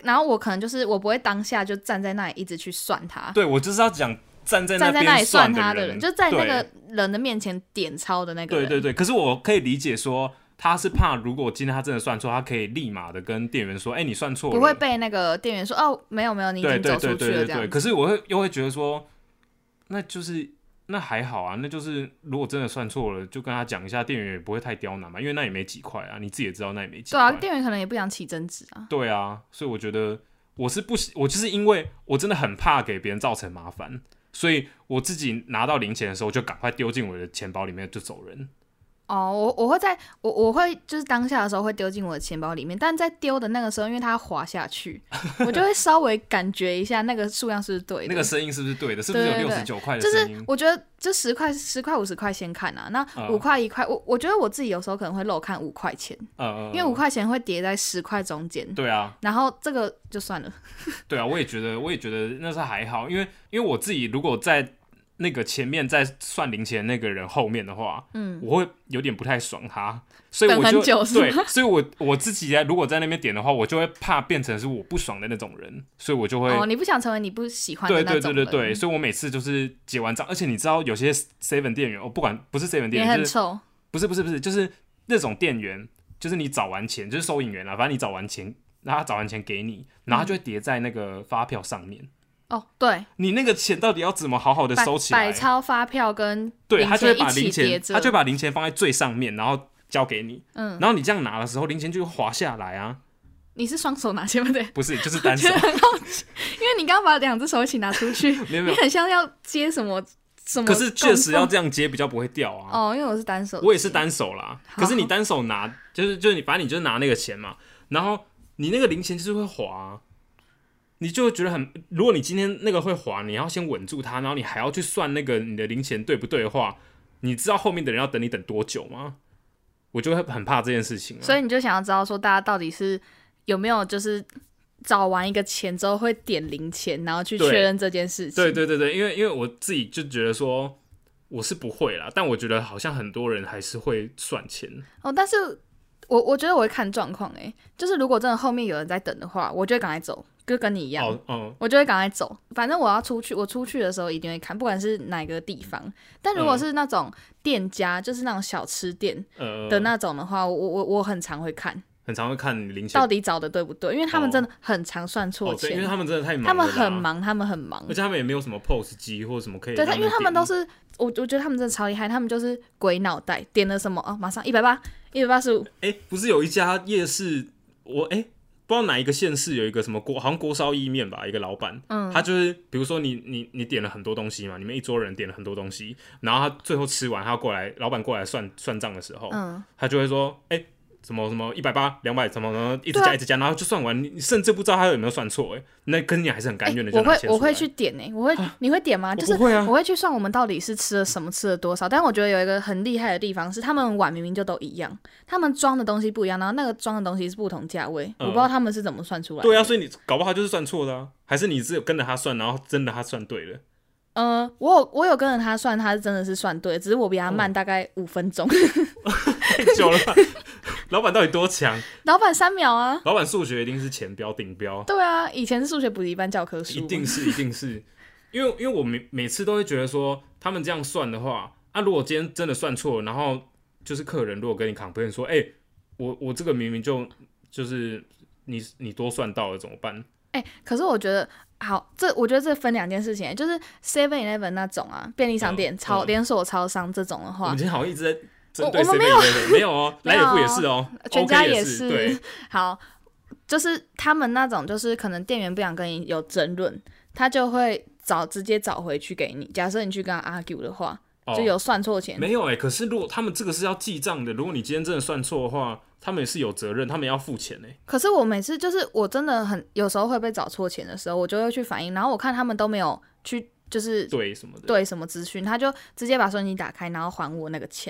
然后我可能就是我不会当下就站在那里一直去算它。 对，我就是要讲站在那站在那里算他的人，就在那个人的面前点钞的那个人。 对对对，可是我可以理解说。他是怕，如果今天他真的算错，他可以立马的跟店员说：“哎、欸，你算错了。” 不会被那个店员说：“哦，没有没有，你已经走出去了。”这样子。对对对对对。 可是我会又会觉得说，那就是那还好啊，那就是如果真的算错了，就跟他讲一下，店员也不会太刁难嘛，因为那也没几块啊，你自己也知道那也没几块。 对啊，店员可能也不想起争执啊。 对啊，所以我觉得我是不，我就是因为我真的很怕给别人造成麻烦，所以我自己拿到零钱的时候就赶快丢进我的钱包里面就走人。 哦，我我会在我我会就是当下的时候会丢进我的钱包里面，但在丢的那个时候，因为它滑下去，我就会稍微感觉一下那个数量是不是对的， 那个声音是不是对的，是不是有六十九块的声音？ 就是我觉得就十块、十块、五十块先看啊，那五块、一块，我我觉得我自己有时候可能会漏看五块钱， 嗯， 因为五块钱会叠在十块中间。 对啊， 然后这个就算了。 对啊，我也觉得，我也觉得那是还好，因为因为我自己如果在那个前面在算零钱那个人后面的话，嗯，我会有点不太爽他，所以我就等很久是吗？ 对，所以我我自己如果在那边点的话，我就会怕变成是我不爽的那种人，所以我就会哦，你不想成为你不喜欢的那种人， 对对对对对，所以我每次就是结完账，而且你知道有些 seven 店员，我、哦、不管不是 seven 店员， 也很臭， 不是不是不是，就是那种店员，就是你找完钱，就是收银员啦，反正你找完钱，然后他找完钱给你，然后他就会叠在那个发票上面。嗯哦，对， 你那个钱到底要怎么好好的收起来？ 百钞发票跟对，他就会把零钱， 他就会把零钱放在最上面，然后交给你。嗯，然后你这样拿的时候，零钱就会滑下来啊。 你是双手拿钱不对？ 不是，就是单手。 我觉得很好奇，因为你刚刚把两只手一起拿出去， 没有没有， 你很像要接什么什么。 可是确实要这样接比较不会掉啊。 哦，因为我是单手， 我也是单手啦。可是你单手拿，就是就是你反正你就是拿那个钱嘛，然后你那个零钱就是会滑啊。你就会觉得很，如果你今天那个会滑，你要先稳住它，然后你还要去算那个你的零钱对不对的话，你知道后面的人要等你等多久吗？我就会很怕这件事情、啊。 所以你就想要知道说，大家到底是有没有就是找完一个钱之后会点零钱，然后去确认这件事情。 对对对对，因为因为我自己就觉得说我是不会啦，但我觉得好像很多人还是会算钱。 哦，但是我我觉得我会看状况诶，就是如果真的后面有人在等的话，我就会赶快走。就跟你一样， oh, oh. 我就会赶快走。反正我要出去，我出去的时候一定会看，不管是哪个地方。但如果是那种店家，嗯、就是那种小吃店的那种的话，我我我很常会看， 很常会看你零钱到底找的对不对，因为他们真的很常算错钱、 哦哦，因为他们真的太忙了， 他们很忙，他们很忙， 而且他们也没有什么 P O S 机或者什么可以。 对，因为他们都是我，我觉得他们真的超厉害，他们就是鬼脑袋，点了什么哦，马上一百八，一百八十五。 哎，不是有一家夜市，我哎。不知道哪一个县市有一个什么锅，好像锅烧意面吧，一个老板，嗯，他就是比如说你你你点了很多东西嘛，你们一桌人点了很多东西，然后他最后吃完，他要过来，老板过来算算账的时候，嗯，他就会说，哎、欸，什么什么一百八、两百，什么什么一直加一直加，然后就算完，你甚至不知道他有没有算错，哎，那跟你还是很甘愿的就拿钱出来。 我会我会去点哎、欸，我会、啊、你会点吗？就是我不会啊， 我会去算我们到底是吃了什么，吃了多少。但我觉得有一个很厉害的地方是，他们碗明明就都一样，他们装的东西不一样，然后那个装的东西是不同价位、嗯，我不知道他们是怎么算出来的。 对啊，所以你搞不好就是算错的啊，还是你只有跟着他算，然后真的他算对了。 呃，我有我有跟着他算，他是真的是算对，只是我比他慢大概五分钟， 太久了吧？老板到底多强？ 老板三秒啊！ 老板数学一定是前标顶标。 对啊，以前是数学补习班教科书， 一定是一定是，因为因为我每每次都会觉得说，他们这样算的话，啊，如果今天真的算错了，然后就是客人如果跟你 complain 说，哎、欸，我我这个明明就就是你你多算到了怎么办？ 哎、欸，可是我觉得。好，这我觉得这分两件事情，就是 seven eleven 那种啊，便利商店、超、嗯、连锁超商这种的话， 我们今天好像一直在针对 seven eleven， 没有哦，莱尔富也是哦， 全家也是， OK、对，好，就是他们那种，就是可能店员不想跟你有争论，他就会找直接找回去给你。假设你去跟他 argue 的话，哦、就有算错钱， 没有哎、欸，可是如果他们这个是要记账的，如果你今天真的算错的话。他们也是有责任，他们也要付钱呢、欸。 可是我每次就是我真的很有时候会被找错钱的时候，我就会去反映，然后我看他们都没有去就是对什么的对什么资讯，他就直接把收银机打开，然后还我那个钱。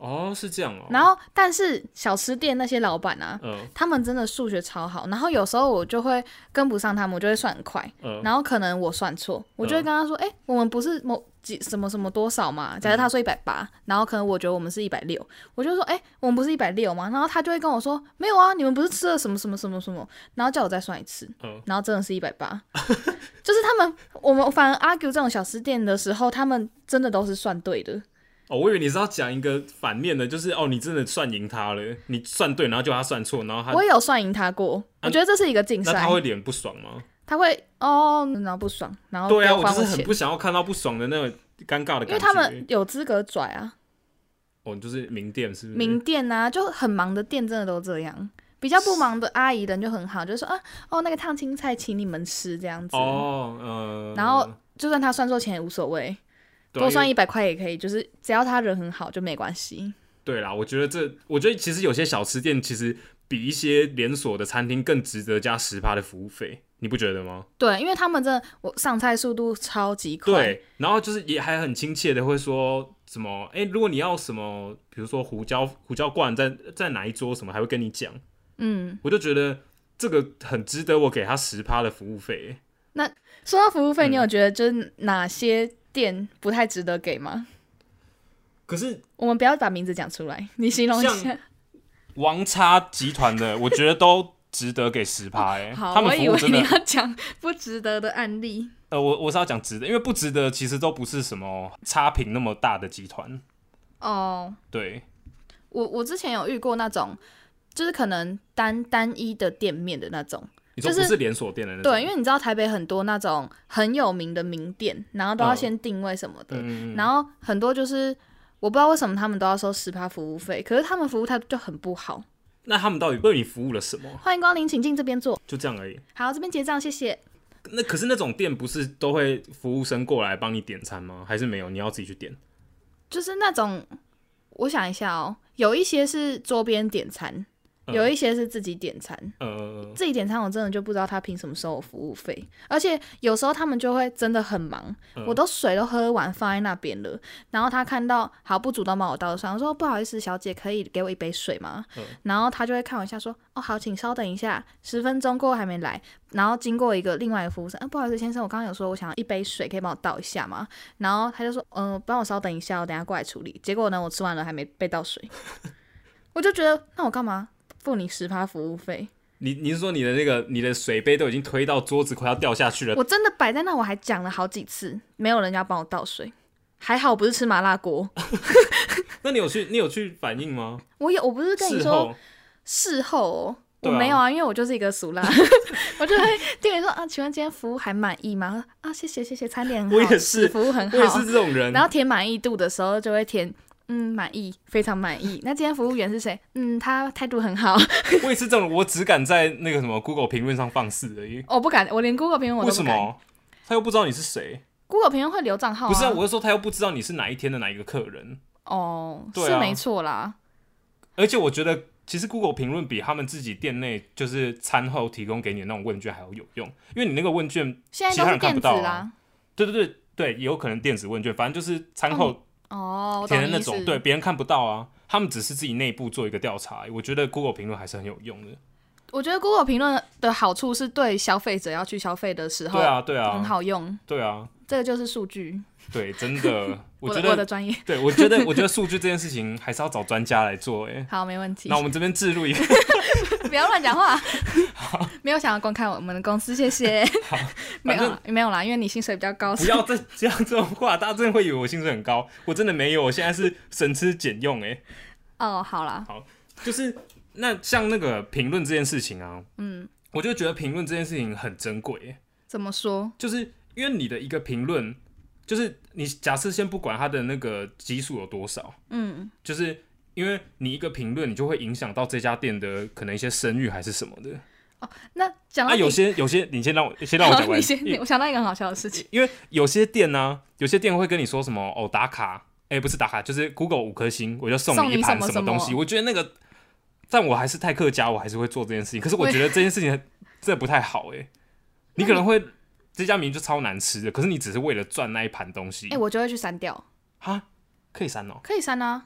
哦，是这样哦。 然后，但是小吃店那些老板啊， 嗯， 他们真的数学超好。然后有时候我就会跟不上他们，我就会算很快。 嗯， 然后可能我算错，我就会跟他说：“哎、欸，我们不是某几什么什么多少嘛？”假如他说一百八，然后可能我觉得我们是一百六，我就说：“哎、欸，我们不是一百六吗？”然后他就会跟我说：“没有啊，你们不是吃了什么什么什么什么？”然后叫我再算一次， 嗯， 然后真的是一百八。就是他们，我们反而 argue 这种小吃店的时候，他们真的都是算对的。 哦，我以为你是要讲一个反面的，就是哦，你真的算赢他了，你算对，然后就他算错，然后他我也有算赢他过，啊、我觉得这是一个竞赛。 那他会脸不爽吗？ 他会哦，然后不爽，然后对啊，我我就是很不想要看到不爽的那个尴尬的感觉， 因为他们有资格拽啊。 哦，就是名店是不是？ 名店啊，就很忙的店真的都这样。比较不忙的阿姨人就很好，就说啊，哦，那个烫青菜请你们吃这样子。 哦，呃， 然后就算他算错钱也无所谓。多算一百块也可以，就是只要他人很好就没关系。 对啦，我觉得这，我觉得其实有些小吃店其实比一些连锁的餐厅更值得加 百分之十 的服务费，你不觉得吗？ 对，因为他们真的我上菜速度超级快。 对，然后就是也还很亲切的会说什么，哎，如果你要什么，比如说胡椒胡椒罐在在哪一桌什么，还会跟你讲。嗯，我就觉得这个很值得我给他 百分之十 的服务费。 那说到服务费，嗯，你有觉得就是哪些店不太值得给吗？ 可是我们不要把名字讲出来，你形容一下。 王叉集团的，我觉得都值得给 百分之十 哎、欸。 好， 他们服务真的， 我以为你要讲不值得的案例。 呃，我我是要讲值得，因为不值得其实都不是什么差评那么大的集团。哦，对， 我我之前有遇过那种，就是可能单单一的店面的那种。 你说不是连锁店的那种、 就是、对，因为你知道台北很多那种很有名的名店，然后都要先定位什么的，嗯、然后很多就是我不知道为什么他们都要收 百分之十 服务费，可是他们服务态度就很不好。 那他们到底为你服务了什么？ 欢迎光临，请进这边坐。 就这样而已。 好，这边结账，谢谢。 那可是那种店不是都会服务生过来帮你点餐吗？还是没有？你要自己去点？ 就是那种，我想一下哦，有一些是桌边点餐。有一些是自己点餐，呃，自己点餐我真的就不知道他凭什么收我服务费，而且有时候他们就会真的很忙，呃、我都水都喝完放在那边了，然后他看到好不主动帮我倒上，我说不好意思小姐可以给我一杯水吗？呃、然后他就会看我一下说哦好请稍等一下，十分钟过后还没来，然后经过一个另外一个服务生，啊不好意思先生我刚刚有说我想要一杯水可以帮我倒一下吗？然后他就说嗯、呃、帮我稍等一下我等一下过来处理，结果呢我吃完了还没被倒水，我就觉得那我干嘛付你 百分之十 服务费？你你是说你的那个你的水杯都已经推到桌子快要掉下去了？ 我真的摆在那，我还讲了好几次，没有人家帮我倒水，还好我不是吃麻辣锅。 那你有去你有去反应吗？ 我有，我不是跟你说事后、哦，我没有啊，因为我就是一个俗辣，我就会店员说啊，请问今天服务还满意吗？啊，谢谢谢谢，餐点很好， 我也是， 服务很好， 我也是这种人。 然后填满意度的时候就会填。嗯，满意，非常满意。那今天服务员是谁？嗯，他态度很好。 我也是这种，我只敢在那个什么 Google 评论上放肆而已。 我不敢，我连 Google 评论我都不敢。 为什么？他又不知道你是谁。 Google 评论会留账号、啊。 不是啊，我是说他又不知道你是哪一天的哪一个客人。 哦， 对啊、 是没错啦。 而且我觉得，其实 Google 评论比他们自己店内就是餐后提供给你的那种问卷还要有用，因为你那个问卷其他人看不到啊。对对对对，也有可能电子问卷，反正就是餐后、嗯。 哦， 填的那种，对，别人看不到啊，他们只是自己内部做一个调查。我觉得 Google 评论还是很有用的。 我觉得 Google 评论的好处是对消费者要去消费的时候， 对啊，对啊， 很好用。 对啊， 这个就是数据。 对，真的，我觉得我的专业。 对，我觉得，我觉得数据这件事情还是要找专家来做。哎， 好，没问题。 那我们这边置入一个， 不要乱讲话。没有想要公开我们的公司，谢谢。没有没有啦，因为你薪水比较高。 不要再讲这种话，大家真的会以为我薪水很高，我真的没有，我现在是省吃俭用。哎， 哦，好啦， 好，就是那像那个评论这件事情啊，嗯，我就觉得评论这件事情很珍贵。 怎么说？ 就是因为你的一个评论，就是你假设先不管它的那个基数有多少，嗯，就是因为你一个评论，你就会影响到这家店的可能一些声誉还是什么的。 哦，那讲到那有些有些，你先让我先让我讲完。 你先，我想到一个很好笑的事情， 因为有些店呢、啊，有些店会跟你说什么哦打卡，哎、欸、不是打卡，就是 Google 五颗星，我就送你一盘什么东西。我觉得那个，但我还是太客家，我还是会做这件事情。可是我觉得这件事情真的不太好哎、欸，你可能会这家名就超难吃的，可是你只是为了赚那一盘东西， 哎、欸，我就会去删掉。 哈，可以删哦、喔， 可以删啊。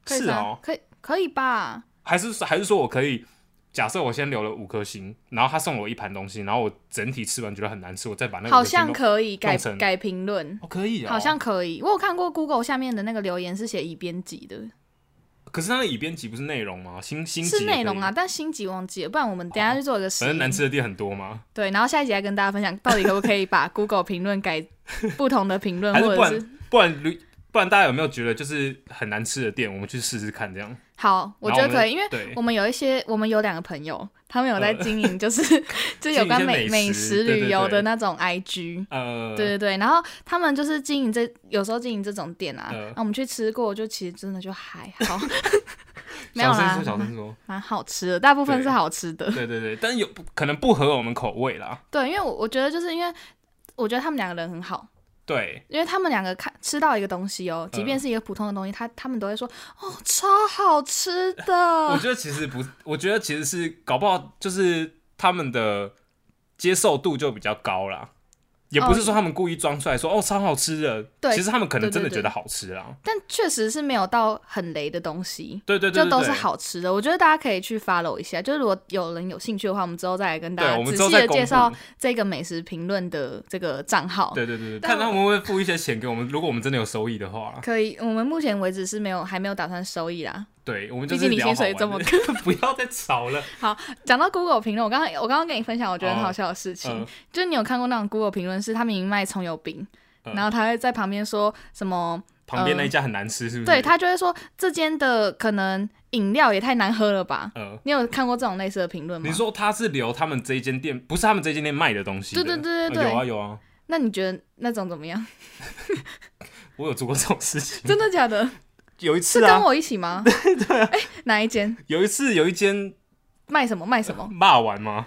可以是哦， 可以可以吧？ 还是还是说我可以？假设我先留了五颗星，然后他送我一盘东西，然后我整体吃完觉得很难吃，我再把那个好像可以改改评论， 哦，可以哦， 好像可以。我有看过 Google 下面的那个留言是写已编辑的， 可是它的已编辑不是内容吗？星星级是内容啊，但星级忘记了，不然我们等一下去做一个实验。 反正难吃的店很多嘛。 对，然后下一集来跟大家分享，到底可不可以把 Google 评论改不同的评论，或者是不然不然不然大家有没有觉得就是很难吃的店，我们去试试看这样？ 好，我觉得可以，因为我们有一些，我们有两个朋友，他们有在经营，就是、呃、就是有关美美食旅游的那种 I G， 呃，对对对，然后他们就是经营这，有时候经营这种店啊，呃、然后我们去吃过，就其实真的就还好，没有啦， 小声说， 蛮好吃的，大部分是好吃的， 对对对，但是有可能不合我们口味啦， 对，因为我我觉得就是因为我觉得他们两个人很好。 对， 因为他们两个看吃到一个东西哦，即便是一个普通的东西，他他们都会说哦，超好吃的。 我觉得其实不，我觉得其实是搞不好就是他们的接受度就比较高啦。也不是说他们故意装出来说 哦, 哦超好吃的，对，其实他们可能真的觉得好吃啦。 对对对，但确实是没有到很雷的东西， 对对 对, 对, 对， 就都是好吃的。我觉得大家可以去 follow 一下，就是如果有人有兴趣的话，我们之后再来跟大家仔细的介绍这个美食评论的这个账号。 对对对，看他们会不会付一些钱给我们，如果我们真的有收益的话。 可以，我们目前为止是没有还没有打算收益啦。 对，我们就是聊好玩的。毕竟你薪水这么高，不要再吵了。 好，讲到 Google 评论，我刚刚我刚刚跟你分享，我觉得很好笑的事情，哦呃、就是你有看过那种 Google 评论，是他明明卖葱油饼，呃、然后他会在旁边说什么？ 旁边那一家很难吃，是不是？ 对，他就会说这间的可能饮料也太难喝了吧？呃、你有看过这种类似的评论吗？ 你说他是留他们这一间店，不是他们这间店卖的东西的？ 对对对对对， 呃、有啊有啊。 那你觉得那种怎么样？ 我有做过这种事情， 真的假的？ 有一次啊， 是跟我一起吗？ 对对、啊， 哎、欸，哪一间？ 有一次有一间卖什么卖什么？ 骂完吗？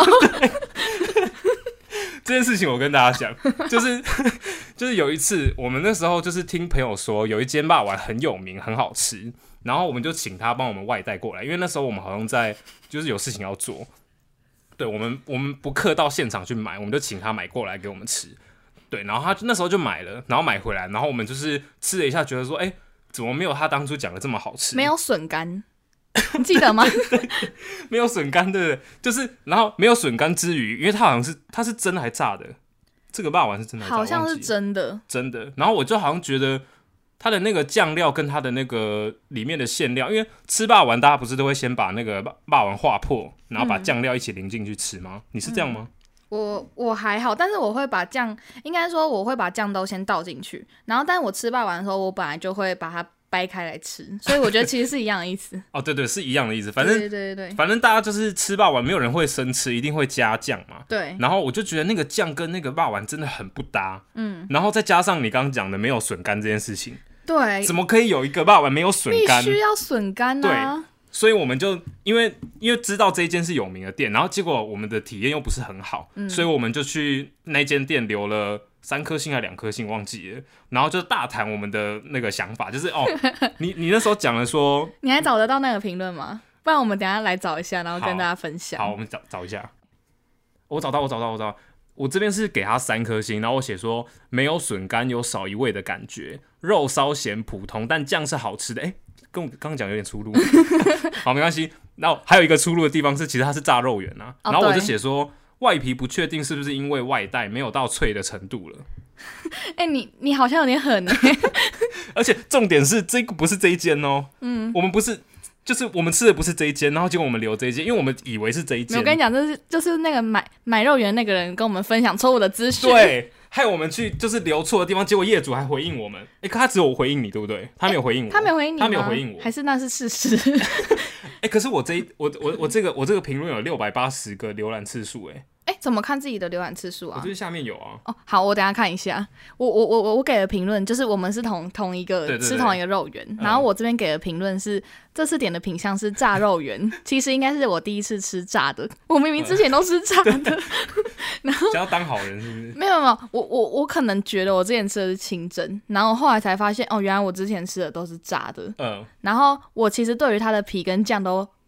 这件事情我跟大家讲，就是就是有一次我们那时候就是听朋友说有一间骂完很有名很好吃，然后我们就请他帮我们外带过来，因为那时候我们好像在就是有事情要做，对我们我们不客到现场去买，我们就请他买过来给我们吃，对，然后他那时候就买了，然后买回来，然后我们就是吃了一下，觉得说，哎、欸。怎么没有他当初讲的这么好吃？ 没有笋干，你记得吗？ 对, 对，没有笋干，对不对？就是，然后没有笋干之余，因为它好像是它是真的还炸的，这个肉丸是真的还炸的， 好像是真的， 真的。然后我就好像觉得它的那个酱料跟它的那个里面的馅料，因为吃肉丸大家不是都会先把那个肉丸划破，然后把酱料一起淋进去吃吗？嗯、你是这样吗？ 嗯我我还好，但是我会把酱，应该说我会把酱都先倒进去，然后但是我吃肉丸的时候，我本来就会把它掰开来吃，所以我觉得其实是一样的意思。 哦，对对，是一样的意思。反正对对对对， 反正大家就是吃肉丸，没有人会生吃，一定会加酱嘛。 对。 然后我就觉得那个酱跟那个肉丸真的很不搭。嗯。然后再加上你刚刚讲的没有笋干这件事情， 对， 怎么可以有一个肉丸没有笋干？ 必须要笋干啊。 对。所以我们就因为因为知道这一间是有名的店，然后结果我们的体验又不是很好，嗯、所以我们就去那间店留了三颗星还两颗星忘记了，然后就大谈我们的那个想法，就是哦，你你那时候讲了说， 你还找得到那个评论吗？不然我们等一下来找一下，然后跟大家分享。 好，好我们找找一下。我找到，我找到，我找到。我这边是给他三颗星，然后我写说没有笋干，有少一味的感觉，肉稍咸普通，但酱是好吃的。哎、欸，跟我刚刚讲有点出入。好，没关系。然后还有一个出入的地方是，其实它是炸肉圆啊。哦、然后我就写说外皮不确定是不是因为外带没有到脆的程度了。 哎、欸，你你好像有点狠哎、欸。 而且重点是这个不是这一间哦。嗯，我们不是。就是我们吃的不是这一间，然后结果我们留这一间，因为我们以为是这一间。 我跟你讲，就是就是那个买买肉圆那个人跟我们分享错误的资讯， 对，害我们去就是留错的地方，结果业主还回应我们。哎、欸，可他只有回应你，对不对？他没有回应我， 欸、他没有回应你， 他没有回应我， 还是那是事实？ 哎、欸，可是我这一我我我这个我这个评论有六百八十个浏览次数，哎。 哎、欸，怎么看自己的浏览次数啊？ 我就是下面有啊。 哦，好，我等一下看一下。我我我我我给的评论就是我们是同同一个对对对吃同一个肉圆，然后我这边给的评论是、嗯、这次点的品项是炸肉圆，其实应该是我第一次吃炸的，我明明之前都吃炸的。嗯、然后想要当好人是不是？ 没有没有，我我我可能觉得我之前吃的是清蒸，然后后来才发现哦，原来我之前吃的都是炸的。嗯。然后我其实对于它的皮跟酱都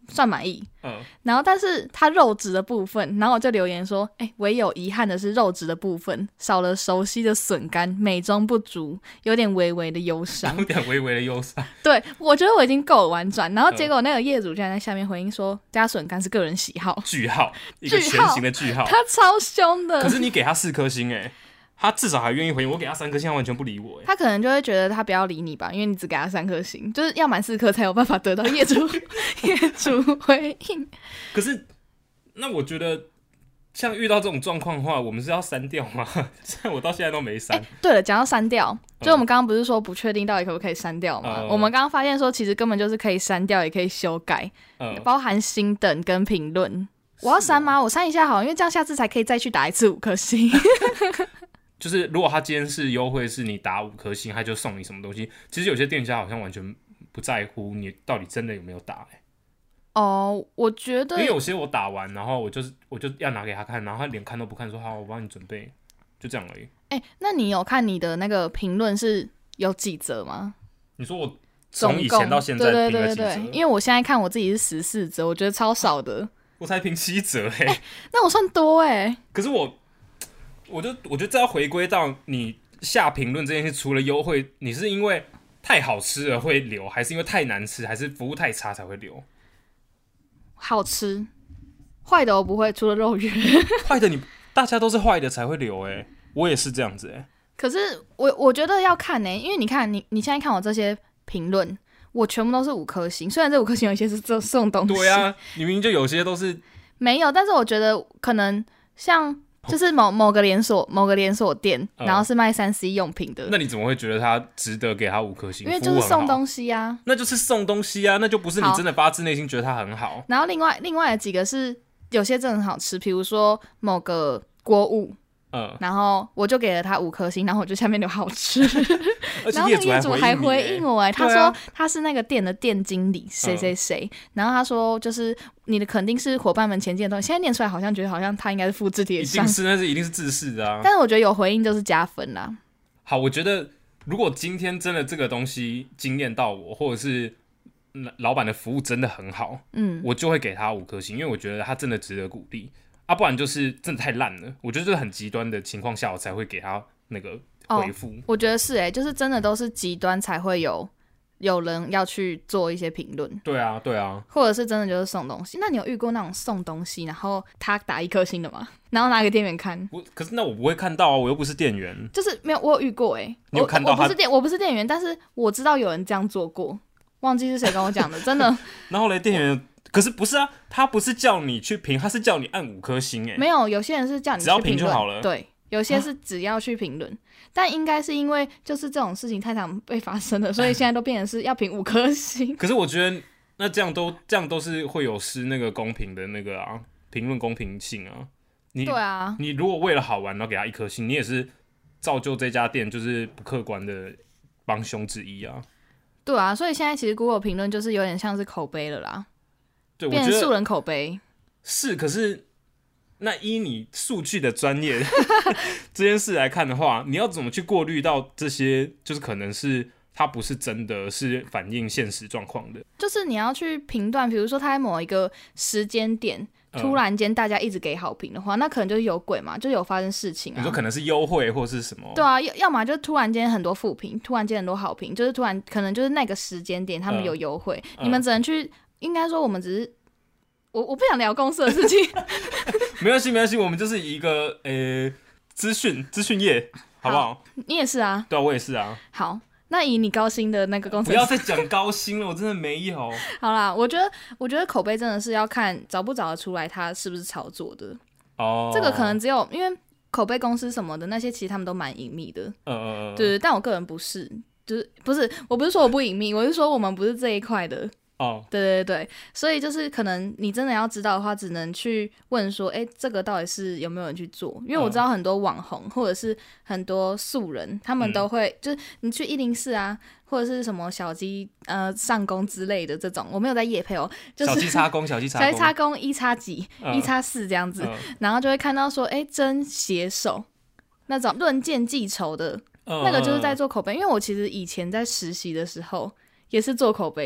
算满意。 嗯， 然后但是它肉质的部分，然后我就留言说，哎、欸，唯有遗憾的是肉质的部分少了熟悉的笋干，美中不足，有点微微的忧伤， 有点微微的忧伤。 对，我觉得我已经够婉转，然后结果那个业主居然在下面回应说，加笋干是个人喜好， 句号，一个全形的句号， 他超凶的。 可是你给他四颗星哎、欸。他至少还愿意回应，我给他三颗星，他完全不理我。 他可能就会觉得他不要理你吧，因为你只给他三颗星，就是要满四颗才有办法得到业主业主回应。 可是，那我觉得像遇到这种状况的话，我们是要删掉吗？像我到现在都没删、欸。 对了，讲到删掉，就我们刚刚不是说不确定到底可不可以删掉吗？嗯、我们刚刚发现说，其实根本就是可以删掉，也可以修改，嗯、包含星等跟评论。我要删吗？我删一下好，因为这样下次才可以再去打一次五颗星。 就是如果他今天是优惠，是你打五颗星，他就送你什么东西。其实有些店家好像完全不在乎你到底真的有没有打、欸。 哦，我觉得， 因为有些我打完，然后我就是我就要拿给他看，然后他连看都不看，说好，我帮你准备，就这样而已。 哎、欸，那你有看你的那个评论是有几则吗？ 你说我从以前到现在评了几则？ 对对对对，因为我现在看我自己是十四则，我觉得超少的。 我才评七折哎、欸欸， 那我算多哎、欸。 可是我。我就我觉得这要回归到你下评论这件事，除了优惠，你是因为太好吃了会留，还是因为太难吃，还是服务太差才会留？ 好吃，坏的我不会，除了肉圆。 坏的你大家都是坏的才会留哎、欸，我也是这样子哎、欸。 可是我我觉得要看呢、欸，因为你看你你现在看我这些评论，我全部都是五颗星，虽然这五颗星有一些是这送东西， 对啊，你明明就有些都是没有，但是我觉得可能像。就是某某个连锁某个连锁店、嗯，然后是卖三 C 用品的。 那你怎么会觉得他值得给他五颗星？ 因为就是送东西啊。 那就是送东西啊，那就不是你真的发自内心觉得他很好。 然后另外另外的几个是有些真的很好吃，比如说某个锅物，嗯，然后我就给了他五颗星，然后我就下面留好吃。然后那个业主还回应我、欸，他说他是那个店的店经理谁谁谁，然后他说就是你的肯定是伙伴们前进的东西，现在念出来好像觉得好像他应该是复制贴上， 一定是那是一定是自视的啊。 但是我觉得有回应就是加分啦。 好，我觉得如果今天真的这个东西惊艳到我，或者是老板的服务真的很好，嗯，我就会给他五颗星，因为我觉得他真的值得鼓励啊，不然就是真的太烂了。我觉得这是很极端的情况下，我才会给他那个回复、哦。 我觉得是哎、欸，就是真的都是极端才会有有人要去做一些评论。 对啊，对啊， 或者是真的就是送东西。那你有遇过那种送东西，然后他打一颗星的吗？然后拿给店员看？ 我可是那我不会看到啊，我又不是店员。 就是没有，我有遇过哎、欸。 你有看到他？ 我不是店，我不是店员，但是我知道有人这样做过，忘记是谁跟我讲的，真的。 然后嘞，店员。可是不是啊，他不是叫你去评，他是叫你按五颗星哎。 没有，有些人是叫你去只要评就好了。 对，有些是只要去评论、啊，但应该是因为就是这种事情太常被发生了，所以现在都变成是要评五颗星。 可是我觉得那这样都这样都是会有失那个公平的那个啊，评论公平性啊。你对啊， 你如果为了好玩然后给他一颗星，你也是造就这家店就是不客观的帮凶之一啊。 对啊，所以现在其实 Google 评论就是有点像是口碑了啦。 对， 变成素人口碑是，可是那依你数据的专业这件事来看的话，你要怎么去过滤到这些？就是可能是它不是真的是反映现实状况的， 就是你要去评断，比如说他在某一个时间点突然间大家一直给好评的话、嗯，那可能就是有鬼嘛，就有发生事情啊。 你说可能是优惠或是什么？ 对啊，要要么就突然间很多负评，突然间很多好评，就是突然可能就是那个时间点他们有优惠、嗯，你们只能去。应该说，我们只是我我不想聊公司的事情， 没关系，没关系，我们就是一个呃资讯资讯业，好不好？ 你也是啊， 对啊，我也是啊。 好，那以你高薪的那个公司， 不要再讲高薪了，我真的没有。 好啦，我觉得我觉得口碑真的是要看找不找得出来，他是不是炒作的。哦，这个可能只有因为口碑公司什么的那些，其实他们都蛮隐秘的。嗯嗯嗯，对，但我个人不是，就是不是，我不是说我不隐秘，我是说我们不是这一块的。哦、oh. ，对对对，所以就是可能你真的要知道的话，只能去问说，哎，这个到底是有没有人去做？因为我知道很多网红、uh. 或者是很多素人，他们都会、嗯、就是你去一零四啊，或者是什么小鸡呃上工之類的这種，我沒有在業配哦，就是小雞插工，小雞插工， 小雞插工一插幾、嗯、一插四這樣子、嗯，然後就會看到說，哎，真寫手那種論件記仇的、嗯，那個就是在做口碑。因為我其實以前在實習的時候也是做口碑的。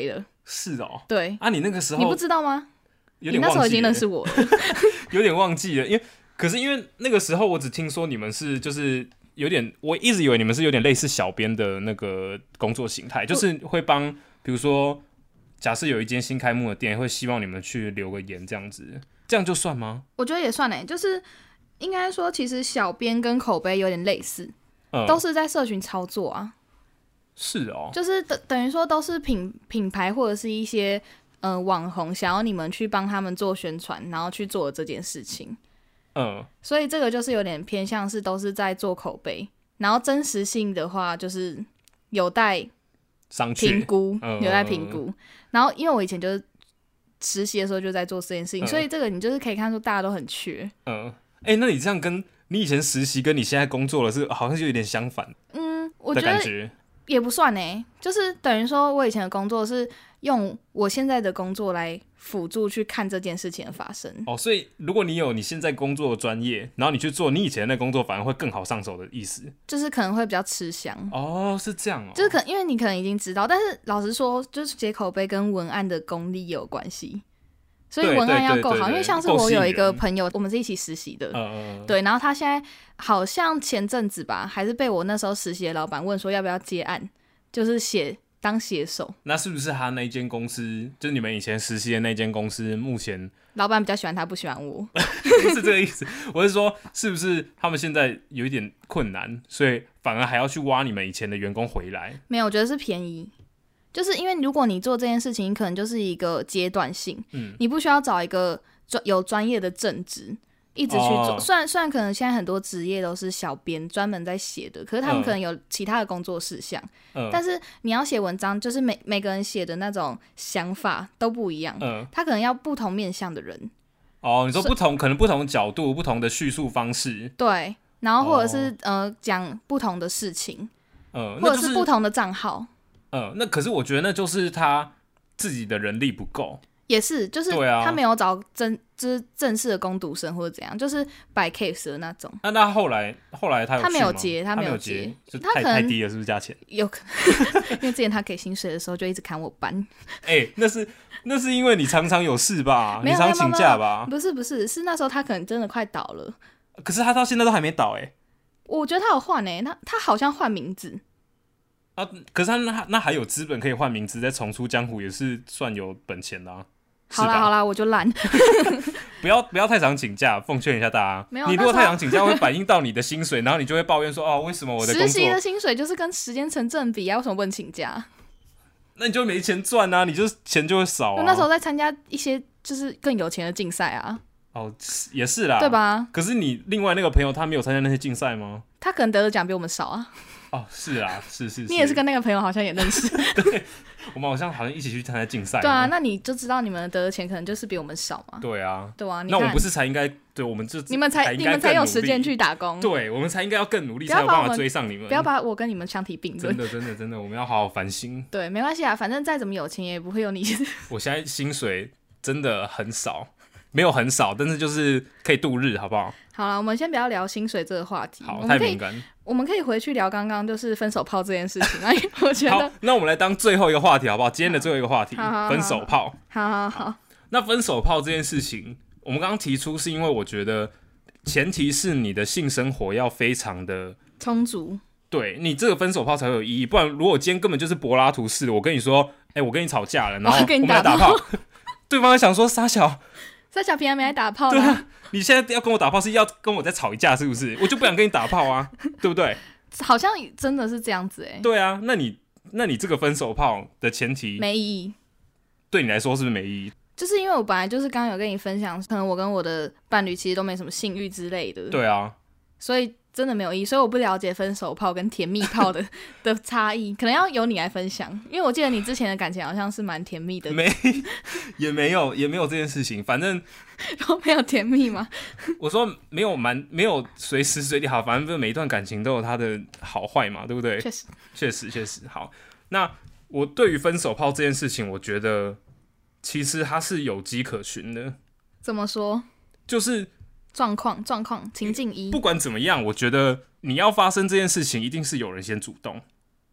是哦， 对啊，你那个时候你不知道吗？ 有点忘记了， 你那时候已经认识我了， 有点忘记了，因为可是因为那个时候我只听说你们是就是有点，我一直以为你们是有点类似小编的那个工作形态，就是会帮，比如说假设有一间新开幕的店，会希望你们去留个言这样子，这样就算吗？ 我觉得也算诶，就是应该说，其实小编跟口碑有点类似， 嗯， 都是在社群操作啊。 是哦， 就是等等于说都是品品牌或者是一些呃网红想要你们去帮他们做宣传，然后去做这件事情。 嗯， 所以这个就是有点偏向是都是在做口碑，然后真实性的话就是有待评估， 嗯、 有待评估。然后因为我以前就是实习的时候就在做这件事情， 嗯、 所以这个你就是可以看出大家都很缺。 嗯，哎、欸，那你这样跟你以前实习跟你现在工作的是好像就有点相反。 嗯，我觉得也不算呢，就是等于说我以前的工作是用我现在的工作来辅助去看这件事情的发生。 哦，所以如果你有你现在工作的专业，然后你去做你以前的那工作，反而会更好上手的意思。 就是可能会比较吃香。 哦，是这样哦。 就是可因为你可能已经知道，但是老实说，就是写口碑跟文案的功力也有关系。所以文案要够好，因为像是我有一个朋友，我们是一起实习的， 呃、 对，然后他现在好像前阵子吧，还是被我那时候实习的老板问说要不要接案，就是写当写手。 那是不是他那间公司，就是你们以前实习的那间公司，目前老板比较喜欢他，不喜欢我？ 不是这个意思，我是说，是不是他们现在有一点困难，所以反而还要去挖你们以前的员工回来？ 没有，我觉得是便宜。就是因为如果你做这件事情，可能就是一个阶段性，嗯，你不需要找一个有专业的正职一直去做。哦、虽然虽然可能现在很多职业都是小编专门在写的，可是他们可能有其他的工作事项。嗯、但是你要写文章，就是每每个人写的那种想法都不一样，嗯，他可能要不同面向的人。 哦，你说不同，可能不同角度、不同的叙述方式。 对，然后或者是、哦、呃讲不同的事情， 嗯， 或者是不同的账号。 嗯，那可是我觉得那就是他自己的人力不够， 也是，就是他没有找真就是正式的工读生或者怎样，就是摆 case 的那种。 那那后来后来他有去吗？ 他没有接，他没有接， 就他可能太低了，是不是价钱？ 有可能，因为之前他给薪水的时候就一直砍我班。 哎、欸，那是那是因为你常常有事吧？你常请假吧？ 不是不是，是那时候他可能真的快倒了。 可是他到现在都还没倒哎、欸。 我觉得他有换哎、欸，他他好像换名字。 啊！可是他 那, 那还有资本可以换名字，再重出江湖，也是算有本钱的啊。 好啦好啦，我就懒。 不要不要太常请假，奉劝一下大家。 没有， 你如果太常请假，会反映到你的薪水，然后你就会抱怨说：“哦，为什么我的工作实习的薪水就是跟时间成正比啊？为什么不能请假？” 那你就没钱赚啊，你就钱就会少啊。 我那时候在参加一些就是更有钱的竞赛啊。 哦，也是啦， 对吧？ 可是你另外那个朋友他没有参加那些竞赛吗？ 他可能得的奖比我们少啊。 哦，是啊，是是是， 你也是跟那个朋友好像也认识， 对，我们好像好像一起去参加竞赛。 对啊，那你就知道你们得的钱可能就是比我们少嘛。 对啊， 对啊， 那我们不是才应该，对，我们就你们才你们才有时间去打工， 对，我们才应该要更努力，才有办法追上你们。 不要把我跟你们相提并论， 真的真的真的，我们要好好反省。 对，没关系啊，反正再怎么有钱也不会有你。 我现在薪水真的很少。没有很少，但是就是可以度日，好不好？ 好了，我们先不要聊薪水这个话题， 好，太敏感。 我们可以回去聊刚刚就是分手炮这件事情啊，因为我觉得好，那我们来当最后一个话题，好不好？今天的最后一个话题， 好好好分手炮。 好好好。 那分手炮这件事情，我们刚刚提出是因为我觉得前提是你的性生活要非常的充足， 对你这个分手炮才会有意义。不然，如果今天根本就是柏拉图式的，我跟你说，哎、欸，我跟你吵架了，然后我们来打炮，对方想说傻小。 这小平还没来打炮， 对啊，你现在要跟我打炮是要跟我再吵一架是不是？我就不想跟你打炮啊，对不对？ 好像真的是这样子哎、欸。 对啊，那你那你这个分手炮的前提没意义， 对你来说是不是没意义？ 就是因为我本来就是刚刚有跟你分享，可能我跟我的伴侣其实都没什么性欲之类的。 对啊， 所以真的没有意义，所以我不了解分手炮跟甜蜜炮的的差异，可能要由你来分享，因为我记得你之前的感情好像是蛮甜蜜的。 没，也没有，也没有这件事情，反正都没有甜蜜吗？ 我说没有蛮没有随时随地好，反正每一段感情都有它的好坏嘛，对不对？ 确实， 确实，确实好。那我对于分手炮这件事情，我觉得其实它是有迹可循的。 怎么说？ 就是状况状况情境一， 不管怎么样，我觉得你要发生这件事情，一定是有人先主动。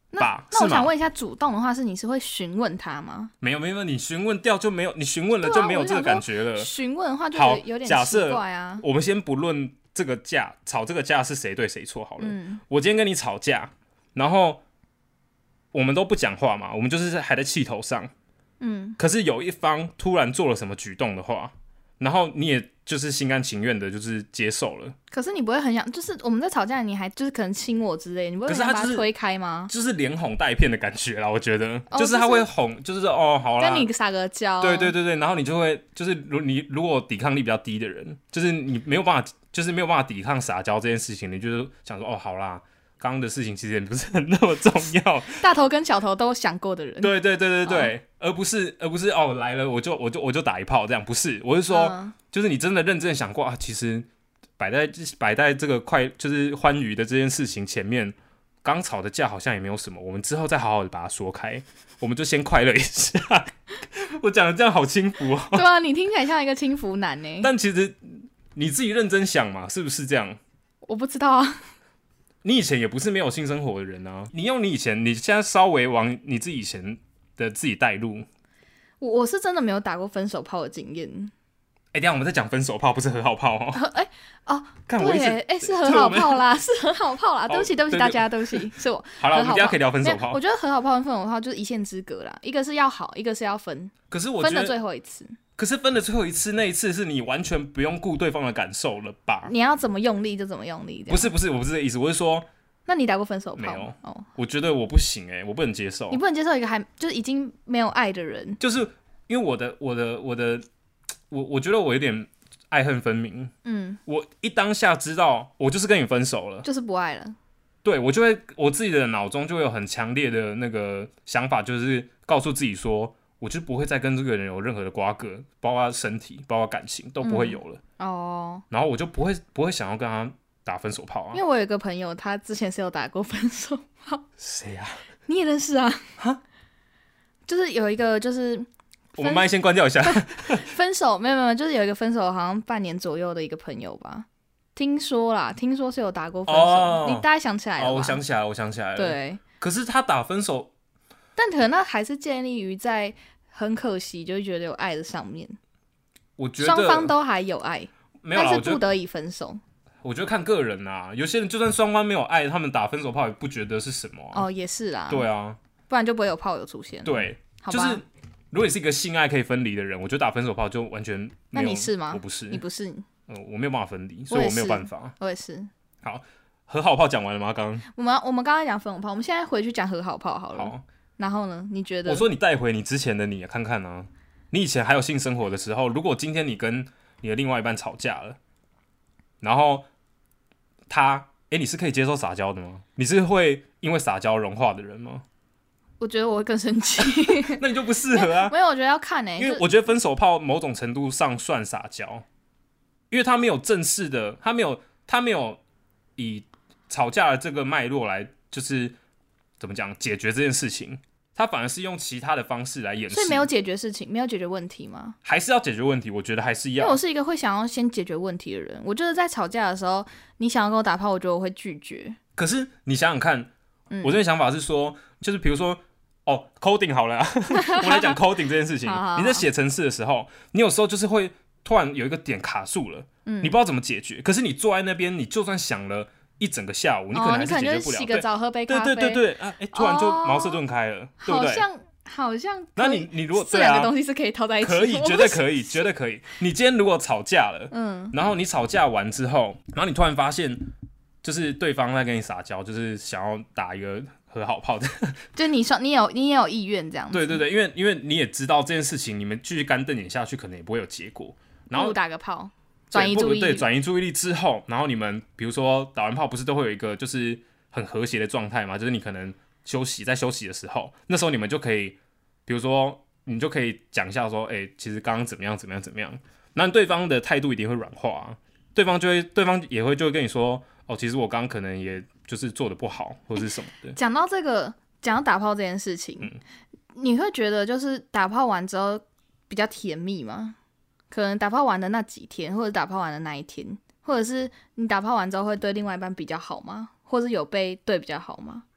吧？ 那我想问一下，主动的话是你是会询问他吗？ 没有没有，你询问掉就没有，你询问了就没有这个感觉了。 询、啊、问的话就有点奇怪啊。 我们先不论这个架，吵这个架是谁对谁错好了、 嗯。 我今天跟你吵架，然后我们都不讲话嘛，我们就是还在气头上。 嗯。 可是有一方突然做了什么举动的话，然后你也就是心甘情愿的，就是接受了。 可是你不会很想，就是我们在吵架，你还就是可能亲我之类，你不会很想把他推开吗？ 就是连哄带骗的感觉啦，我觉得、 哦、 就是他会哄，就是说哦好啦， 跟你撒个娇。 对对对对，然后你就会就是如你如果抵抗力比较低的人，就是你没有办法，就是没有办法抵抗撒娇这件事情，你就是想说哦好啦。刚刚的事情其实也不是很那么重要， 大头跟小头都想过的人， 对对对对对，哦、而不是而不是哦来了我就我就我就打一炮这样，不是，我是说、嗯，就是你真的认真想过啊，其实摆在摆在这个快就是欢愉的这件事情前面，刚吵的架好像也没有什么，我们之后再好好的把它说开，我们就先快乐一下。我讲的这样好轻浮哦， 对啊，你听起来像一个轻浮男呢， 但其实你自己认真想嘛，是不是这样？ 我不知道啊。 你以前也不是没有性生活的人啊，你用你以前，你现在稍微往你自己以前的自己带入。 我我是真的没有打过分手炮的经验。 哎、欸，等一下我们在讲分手炮，不是和好炮哦。 哎、欸、哦， 看我一直对，哎、欸、是和好炮啦，是和好炮啦。对不起，对不起大家，对不起，是我。 好了，我们等一下可以聊分手炮。 我觉得和好炮跟分手炮就是一线之隔啦，一个是要好，一个是要分。 可是我觉得分的最后一次。 可是分的最后一次，那一次是你完全不用顾对方的感受了吧？ 你要怎么用力就怎么用力。 不是不是，我不是这个意思，我是说。 那你打过分手炮？ 没有哦， 我觉得我不行哎、欸，我不能接受。 你不能接受一个还就是已经没有爱的人， 就是因为我的我的我的我我觉得我有点爱恨分明。 嗯， 我一当下知道我就是跟你分手了， 就是不爱了。对， 我就会我自己的脑中就会有很强烈的那个想法，就是告诉自己说，我就不会再跟这个人有任何的瓜葛，包括身体，包括感情都不会有了。 嗯、哦， 然后我就不会不会想要跟他打分手炮啊， 因为我有一个朋友，他之前是有打过分手炮。 谁啊？ 你也认识啊？哈，就是有一个，就是我们麦先关掉一下。 分手没有没有，就是有一个分手好像半年左右的一个朋友吧，听说啦，听说是有打过分手。哦、你大概想起来了吧？ 哦，我想起来了，我想起来了。 对， 可是他打分手， 但可能那还是建立于在很可惜，就是觉得有爱的上面。 我觉得双方都还有爱， 没有啦， 但是不得已分手。 我觉得看个人啊，有些人就算双方没有爱，他们打分手炮也不觉得是什么、啊。 哦，也是啦。 对啊， 不然就不会有炮友出现。 对，就是如果你是一个性爱可以分离的人，我觉得打分手炮就完全没有。 那你是吗？ 我不是， 你不是。 嗯，我没有办法分离，所以我没有办法。 我也是。 好，和好炮讲完了吗？刚刚我们我们刚刚讲分手炮，我们现在回去讲和好炮好了。 好。 然后呢？你觉得？ 我说你带回你之前的你看看啊，你以前还有性生活的时候，如果今天你跟你的另外一半吵架了，然后他，哎、欸，你是可以接受撒娇的吗？你是会因为撒娇融化的人吗？ 我觉得我会更生气。 那你就不适合啊。 没有，我觉得要看欸， 因为我觉得分手炮某种程度上算撒娇，因为他没有正式的，他没有他没有以吵架的这个脉络来，就是怎么讲解决这件事情。他反而是用其他的方式来掩饰， 所以没有解决事情，没有解决问题吗？ 还是要解决问题？我觉得还是要。 因为我是一个会想要先解决问题的人，我就是在吵架的时候，你想要跟我打炮，我觉得我会拒绝。 可是你想想看，嗯、我这个想法是说，就是比如说，哦 ，coding 好了、啊，我们来讲 coding 这件事情。 好好好， 你在写程式的时候，你有时候就是会突然有一个点卡住了，嗯、你不知道怎么解决。可是你坐在那边，你就算想了一整个下午，你可能还是解决不了。 哦、洗个澡，喝杯咖啡。 对对对对，啊，哎，突然就茅塞顿开了，哦、对不对？ 好像好像。 那你你如果这两个东西是可以套在一起， 可以，绝对可以，绝对可以。你今天如果吵架了， 嗯， 然后你吵架完之后，然后你突然发现，就是对方在跟你撒娇，就是想要打一个和好炮的， 就你说你有你也有意愿这样子。 对对对，因为因为你也知道这件事情，你们继续干瞪眼下去，可能也不会有结果。然后打个炮。转移注意力， 对，转移注意力之后，然后你们比如说打完炮，不是都会有一个就是很和谐的状态嘛？就是你可能休息，在休息的时候，那时候你们就可以，比如说你就可以讲一下说，哎、欸，其实刚刚怎么样怎么样怎么样，那对方的态度一定会软化、啊，对方就会，对方也会就会跟你说，哦，其实我刚刚可能也就是做的不好，或者是什么的。 讲到这个，讲到打炮这件事情，嗯、你会觉得就是打炮完之后比较甜蜜吗？可能打炮完的那几天，或者打炮完的那一天，或者是你打炮完之后会对另外一半比较好吗？或者是有被对比较好吗？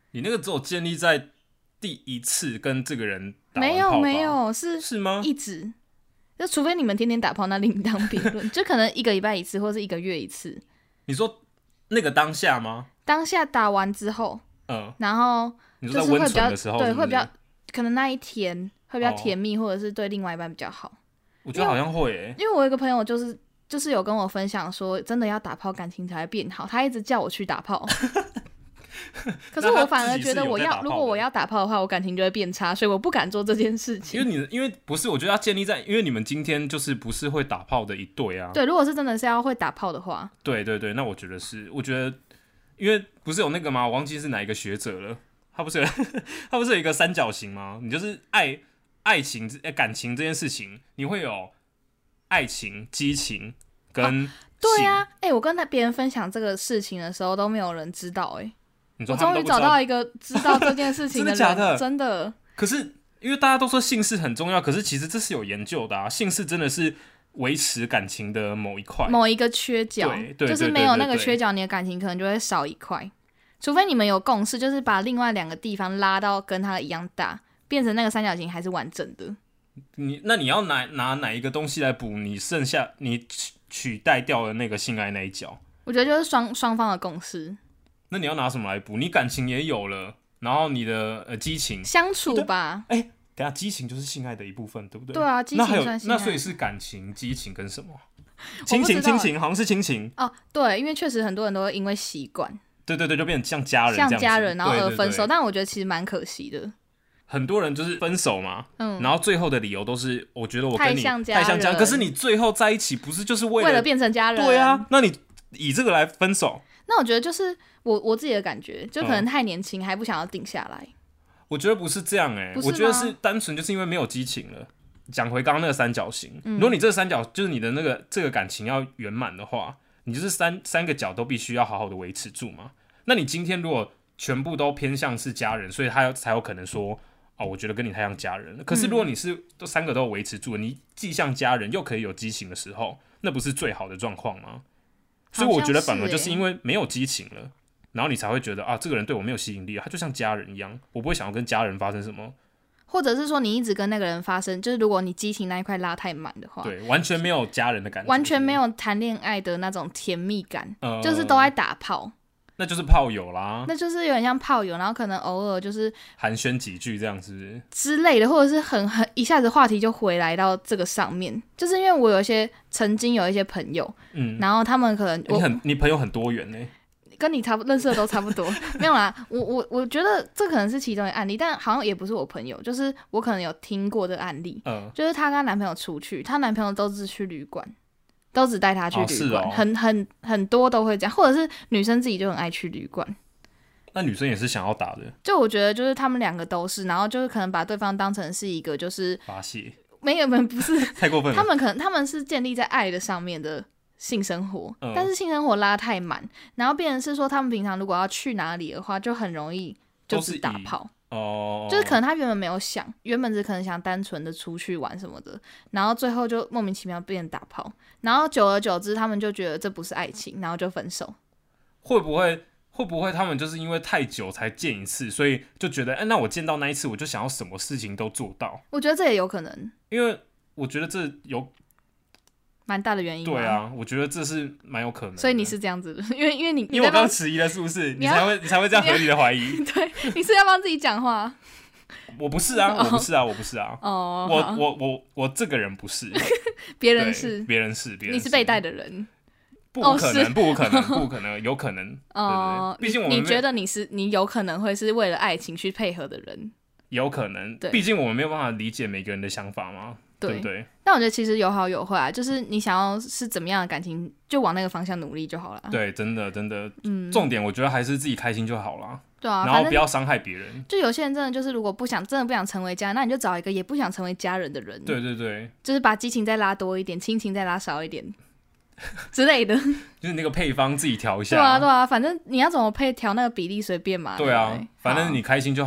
你那个只有建立在第一次跟这个人打完没炮吧有没有，是是吗？ 一直，就除非你们天天打炮，那另当别论，就可能一个礼拜一次，或是一个月一次。 你说那个当下吗？ 当下打完之后， 嗯， 然后你就是会比较说在温存的时候是不是， 对，会比较可能那一天会比较哦甜蜜，或者是对另外一半比较好。 我觉得好像会诶、 因为我有一个朋友就是就是有跟我分享说，真的要打炮感情才会变好，他一直叫我去打炮。可是我反而觉得我要，如果我要打炮的话，我感情就会变差，所以我不敢做这件事情。 因为你因为不是，我觉得要建立在，因为你们今天就是不是会打炮的一对啊。 对，如果是真的是要会打炮的话， 对对对，那我觉得是，我觉得因为不是有那个吗？我忘记是哪一个学者了，他不是有他不是有一个三角形吗？你就是爱爱情、感情这件事情，你会有爱情、激情跟、啊、 对啊，哎、欸，我跟别人分享这个事情的时候，都没有人知道、欸，哎。 你说我终于找到一个知道这件事情的人， 真的假的？ 真的。 可是因为大家都说性事很重要，可是其实这是有研究的啊，性事真的是维持感情的某一块， 某一个缺角， 对对， 就是没有那个缺角，你的感情可能就会少一块。除非你们有共识，就是把另外两个地方拉到跟它一样大，变成那个三角形还是完整的。 你那你要拿拿哪一个东西来补你剩下你取代掉的那个性爱那一角？ 我觉得就是双双方的共识。 那你要拿什么来补？你感情也有了，然后你的呃激情相处吧。 哎、欸，等一下激情就是性爱的一部分，对不对？ 对啊，激情算性爱。 那还有那所以是感情、激情跟什么？亲情，亲情好像是亲情哦。对，因为确实很多人都会因为习惯， 对对对，就变成像家人这样子， 像家人，然后而分手。 对对对， 但我觉得其实蛮可惜的。 很多人就是分手嘛，嗯，然后最后的理由都是，我觉得我跟你太像家人， 太像家人，可是你最后在一起不是就是为了为了变成家人？ 对啊，那你以这个来分手？ 那我觉得就是我我自己的感觉，就可能太年轻，嗯、还不想要定下来。 我觉得不是这样哎、欸，我觉得是单纯就是因为没有激情了。讲回刚刚那个三角形，嗯、如果你这个三角就是你的那个这个感情要圆满的话，你就是三三个角都必须要好好的维持住嘛。那你今天如果全部都偏向是家人，所以他才有可能说哦，我觉得跟你太像家人了。可是如果你是都三个都维持住，你既像家人又可以有激情的时候，那不是最好的状况吗？所以我觉得反而就是因为没有激情了，然后你才会觉得啊，这个人对我没有吸引力，他就像家人一样，我不会想要跟家人发生什么。 或者是说你一直跟那个人发生，就是如果你激情那一块拉太满的话， 对，完全没有家人的感觉， 完全没有谈恋爱的那种甜蜜感， 呃、 就是都在打炮， 那就是炮友啦， 那就是有点像炮友，然后可能偶尔就是寒暄几句这样，是不是之类的，或者是很很一下子话题就回来到这个上面，就是因为我有一些曾经有一些朋友，嗯，然后他们可能你很你朋友很多元呢、欸。 跟你差不认识的都差不多，没有啦。我我我觉得这可能是其中一个案例，但好像也不是我朋友，就是我可能有听过这个案例，嗯，就是她跟她男朋友出去，她男朋友都是去旅馆，都只带她去旅馆， 哦哦、 很很很多都会这样，或者是女生自己就很爱去旅馆。 那女生也是想要打的， 就我觉得就是他们两个都是，然后就是可能把对方当成是一个就是发泄， 没有没有不是太过分了， 他们可能他们是建立在爱的上面的。性生活， 嗯、 但是性生活拉太满，然后变成是说他们平常如果要去哪里的话，就很容易就是打炮哦， 就是可能他原本没有想，原本只可能想单纯的出去玩什么的，然后最后就莫名其妙变打炮，然后久而久之他们就觉得这不是爱情，然后就分手。 会不会会不会他们就是因为太久才见一次，所以就觉得哎、欸，那我见到那一次我就想要什么事情都做到？ 我觉得这也有可能， 因为我觉得这有。 蛮大的原因。 对啊，我觉得这是蛮有可能的。 所以你是这样子的，因为因为你因为我刚刚迟疑了，是不是？你, 你才会你才会这样合理的怀疑。 对，你是要帮自己讲话。 我不是啊，我不是啊，我不是啊。 哦， 我我我我这个人不是， 别人是， 别人是，别人你是被带的人。 不可能，不可能，不可能，有可能。哦，毕竟我们你觉得你是你有可能会是为了爱情去配合的人， 有可能。毕竟我们没有办法理解每个人的想法嘛。对不对？ 但我觉得其实有好有坏啊，就是你想要是怎么样的感情，就往那个方向努力就好了。 对，真的真的，嗯，重点我觉得还是自己开心就好了。 对啊， 然后不要伤害别人。 就有些人真的就是，如果不想真的不想成为家人，那你就找一个也不想成为家人的人。 对对对， 就是把激情再拉多一点，亲情再拉少一点之类的。 就是那个配方自己调一下。 对啊对啊，反正你要怎么配调那个比例随便嘛。 对啊， 对， 反正你开心就好了。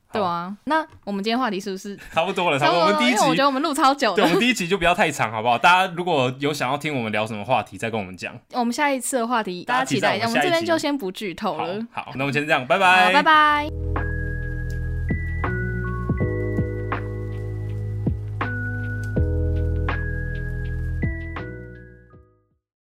对啊，那我们今天话题是不是差不多了？差不多，我们第一集， 因为我觉得我们录超久的， 对，我们第一集就不要太长，好不好？大家如果有想要听我们聊什么话题，再跟我们讲。 我们下一次的话题，大家期待一下。我们这边就先不剧透了。 好，好，那我们先这样，拜拜， 拜拜。